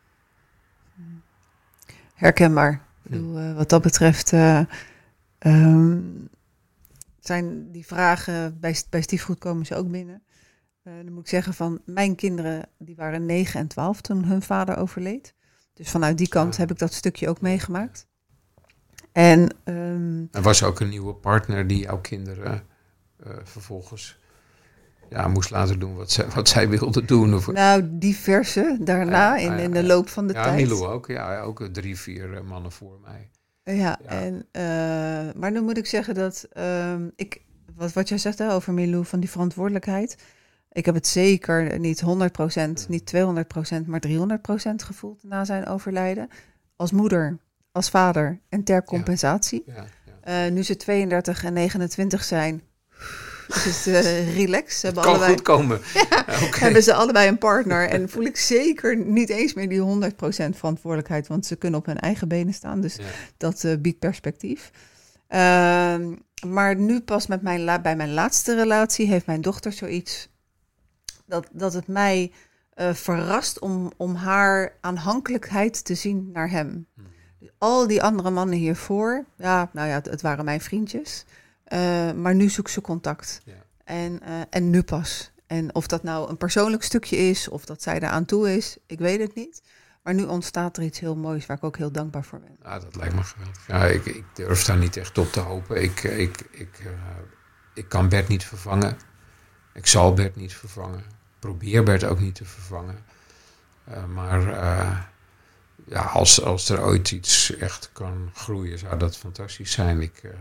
Herkenbaar. Ik bedoel, uh, wat dat betreft uh, um, zijn die vragen bij, bij stiefgoed komen ze ook binnen. Uh, dan moet ik zeggen van mijn kinderen, die waren negen en twaalf toen hun vader overleed. Dus vanuit die kant ja. heb ik dat stukje ook meegemaakt. En, um, er was ook een nieuwe partner die jouw kinderen uh, vervolgens ja, moest laten doen wat zij, wat zij wilde doen. Of, nou, diverse daarna uh, in, in de loop van de ja, tijd. Ja, Milou ook. Ja, ook drie, vier uh, mannen voor mij. Uh, ja, ja. En, uh, maar nu moet ik zeggen dat um, ik, wat, wat jij zegt hè, over Milou, van die verantwoordelijkheid. Ik heb het zeker niet honderd procent, ja. niet tweehonderd procent, maar driehonderd procent gevoeld na zijn overlijden. Als moeder, als vader en ter compensatie. Ja. Ja, ja. Uh, nu ze tweeëndertig en negenentwintig zijn, is het uh, relax. Ze hebben kan allebei, goed komen. Ja, okay. Hebben ze allebei een partner. En voel ik zeker niet eens meer die honderd procent verantwoordelijkheid. Want ze kunnen op hun eigen benen staan. Dus ja. dat uh, biedt perspectief. Uh, maar nu pas met mijn la- bij mijn laatste relatie heeft mijn dochter zoiets. Dat, dat het mij uh, verrast om, om haar aanhankelijkheid te zien naar hem. Hmm. Al die andere mannen hiervoor, ja, nou ja, het, het waren mijn vriendjes. Uh, maar nu zoekt ze contact. Ja. En, uh, en nu pas. En of dat nou een persoonlijk stukje is, of dat zij daar aan toe is, ik weet het niet. Maar nu ontstaat er iets heel moois waar ik ook heel dankbaar voor ben. Nou, dat lijkt me geweldig. Ja, ik, ik durf daar niet echt op te hopen. Ik, ik, ik, uh, ik kan Bert niet vervangen. Ik zal Bert niet vervangen. Probeer Bert ook niet te vervangen. Uh, maar uh, ja, als, als er ooit iets echt kan groeien, zou dat fantastisch zijn. Ik, uh,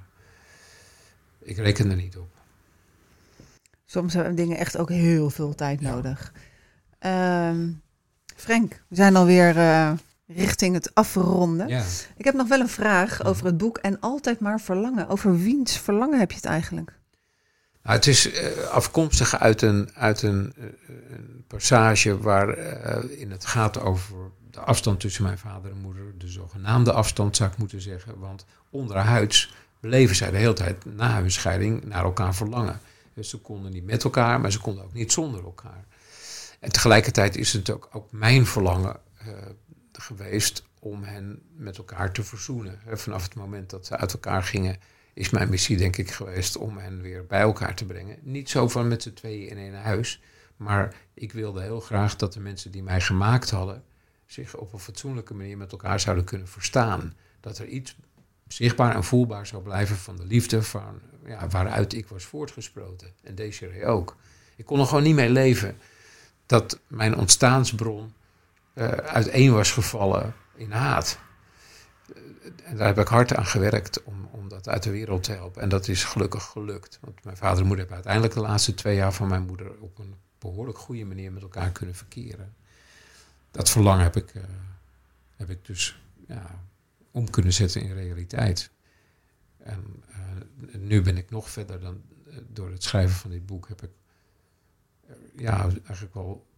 ik reken er niet op. Soms hebben dingen echt ook heel veel tijd Ja. nodig. Uh, Frank, we zijn alweer uh, richting het afronden. Ja. Ik heb nog wel een vraag over het boek en altijd maar verlangen. Over wiens verlangen heb je het eigenlijk? Nou, het is uh, afkomstig uit een, uit een, uh, een passage waarin uh, het gaat over de afstand tussen mijn vader en moeder. De zogenaamde afstand zou ik moeten zeggen. Want onderhuids bleven zij de hele tijd na hun scheiding naar elkaar verlangen. Dus ze konden niet met elkaar, maar ze konden ook niet zonder elkaar. En tegelijkertijd is het ook, ook mijn verlangen uh, geweest om hen met elkaar te verzoenen. Vanaf het moment dat ze uit elkaar gingen, is mijn missie denk ik geweest om hen weer bij elkaar te brengen. Niet zo van met z'n tweeën in één huis, maar ik wilde heel graag dat de mensen die mij gemaakt hadden zich op een fatsoenlijke manier met elkaar zouden kunnen verstaan. Dat er iets zichtbaar en voelbaar zou blijven van de liefde van, ja, waaruit ik was voortgesproten. En Desiree ook. Ik kon er gewoon niet mee leven dat mijn ontstaansbron uh, uiteen was gevallen in haat. En daar heb ik hard aan gewerkt om, om dat uit de wereld te helpen. En dat is gelukkig gelukt. Want mijn vader en moeder hebben uiteindelijk de laatste twee jaar van mijn moeder op een behoorlijk goede manier met elkaar kunnen verkeren. Dat verlangen heb ik, uh, heb ik dus ja, om kunnen zetten in realiteit. En uh, nu ben ik nog verder dan uh, door het schrijven van dit boek heb ik uh, ja, eigenlijk wel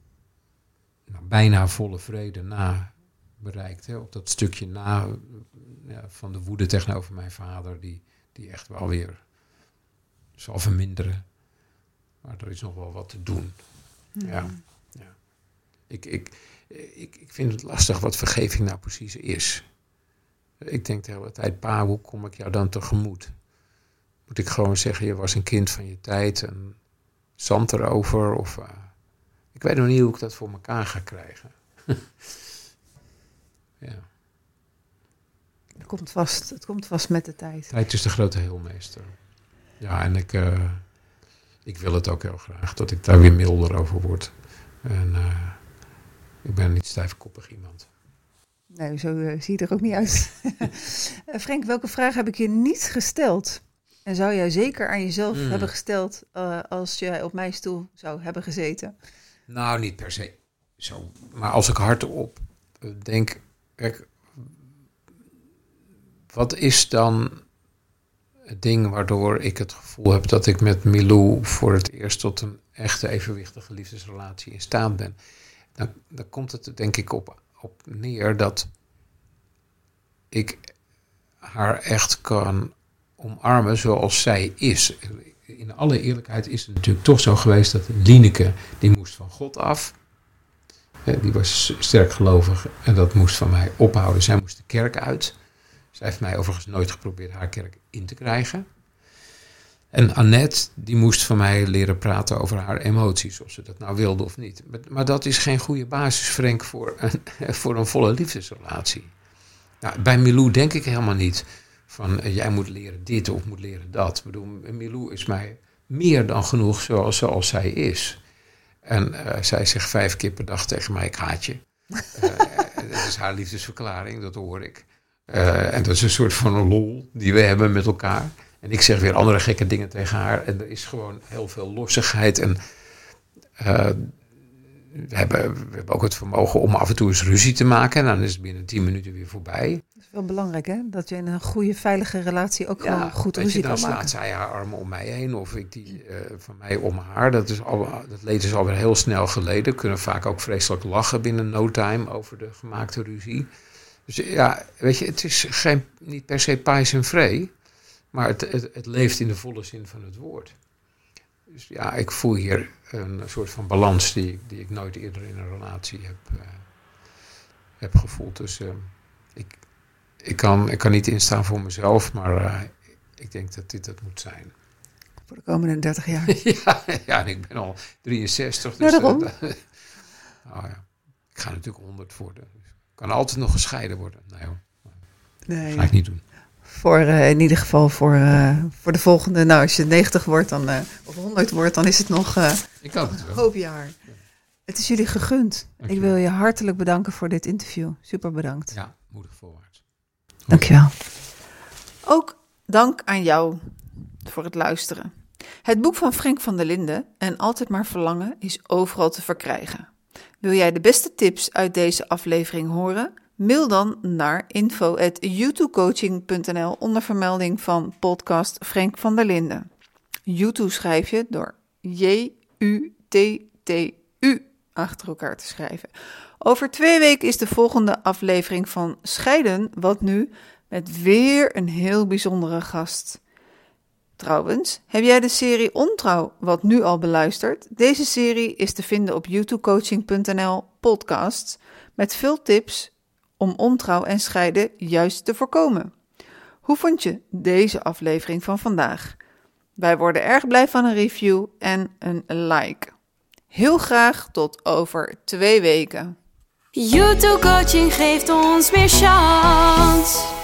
nou, bijna volle vrede na bereikt. Hè, op dat stukje na ja, van de woede tegenover mijn vader, die, die echt wel weer zal verminderen. Maar er is nog wel wat te doen. Mm. Ja, ja. Ik, ik, ik, ik vind het lastig wat vergeving nou precies is. Ik denk de hele tijd, pa, hoe kom ik jou dan tegemoet? Moet ik gewoon zeggen, je was een kind van je tijd en zand erover? Of, uh, ik weet nog niet hoe ik dat voor elkaar ga krijgen. Ja. Het komt vast, het komt vast met de tijd. Tijd is de grote heelmeester. Ja, en ik, uh, ik wil het ook heel graag, dat ik daar weer milder over word. En uh, ik ben niet stijfkoppig iemand. Nee, zo uh, zie je er ook niet uit. uh, Frank, welke vraag heb ik je niet gesteld? En zou jij zeker aan jezelf mm. hebben gesteld uh, als jij op mijn stoel zou hebben gezeten? Nou, niet per se zo. Maar als ik hardop uh, denk, kijk, wat is dan het ding waardoor ik het gevoel heb dat ik met Milou voor het eerst tot een echte evenwichtige liefdesrelatie in staat ben? Dan, dan komt het denk ik op, op neer dat ik haar echt kan omarmen zoals zij is. In alle eerlijkheid is het natuurlijk toch zo geweest dat Lieneke, die moest van God af. Die was sterk gelovig en dat moest van mij ophouden. Zij moest de kerk uit. Zij heeft mij overigens nooit geprobeerd haar kerk in te krijgen. En Annette, die moest van mij leren praten over haar emoties, of ze dat nou wilde of niet. Maar, maar dat is geen goede basis, Frank, voor een, voor een volle liefdesrelatie. Nou, bij Milou denk ik helemaal niet van uh, jij moet leren dit of moet leren dat. Ik bedoel, Milou is mij meer dan genoeg zoals, zoals zij is. En uh, zij zegt vijf keer per dag tegen mij, ik haat je. Uh, dat is haar liefdesverklaring, dat hoor ik. Uh, en dat is een soort van een lol die we hebben met elkaar. En ik zeg weer andere gekke dingen tegen haar. En er is gewoon heel veel lossigheid. En uh, we, hebben, we hebben ook het vermogen om af en toe eens ruzie te maken. En dan is het binnen tien minuten weer voorbij. Dat is wel belangrijk, hè? Dat je in een goede, veilige relatie ook ja, gewoon goed ruzie kan maken. Dan slaat zij haar armen om mij heen. Of ik die uh, van mij om haar. Dat, is al, dat leed is alweer heel snel geleden. We kunnen vaak ook vreselijk lachen binnen no time over de gemaakte ruzie. Dus ja, weet je, het is geen, niet per se pais en vree. Maar het, het, het leeft in de volle zin van het woord. Dus ja, ik voel hier een soort van balans die, die ik nooit eerder in een relatie heb, uh, heb gevoeld. Dus uh, ik, ik, kan, ik kan niet instaan voor mezelf, maar uh, ik denk dat dit het moet zijn. Voor de komende dertig jaar. ja, ja, en ik ben al drieënzestig. Dus, ja, daarom. Uh, oh ja. Ik ik ga natuurlijk honderd worden. Dus kan altijd nog gescheiden worden. Nee hoor, Nee. dat ga ik niet doen. Voor uh, in ieder geval voor, uh, voor de volgende, nou als je negentig wordt dan, uh, of honderd wordt, dan is het nog uh, ik hoop het wel. een hoop jaar. Ja. Het is jullie gegund. Dank ik je. wil je hartelijk bedanken voor dit interview. Super bedankt. Ja, moedig voorwaarts. Dankjewel. Ook dank aan jou voor het luisteren. Het boek van Frank van der Linden, En Altijd Maar Verlangen, is overal te verkrijgen. Wil jij de beste tips uit deze aflevering horen? Mail dan naar info at youtubecoaching punt n l onder vermelding van podcast Frank van der Linden. YouTube schrijf je door J U T T U achter elkaar te schrijven. Over twee weken is de volgende aflevering van Scheiden, Wat Nu? Met weer een heel bijzondere gast. Trouwens, heb jij de serie Ontrouw Wat Nu al beluisterd? Deze serie is te vinden op youtubecoaching punt n l podcast met veel tips om ontrouw en scheiden juist te voorkomen. Hoe vond je deze aflevering van vandaag? Wij worden erg blij van een review en een like. Heel graag tot over twee weken. YouTube Coaching geeft ons meer chance.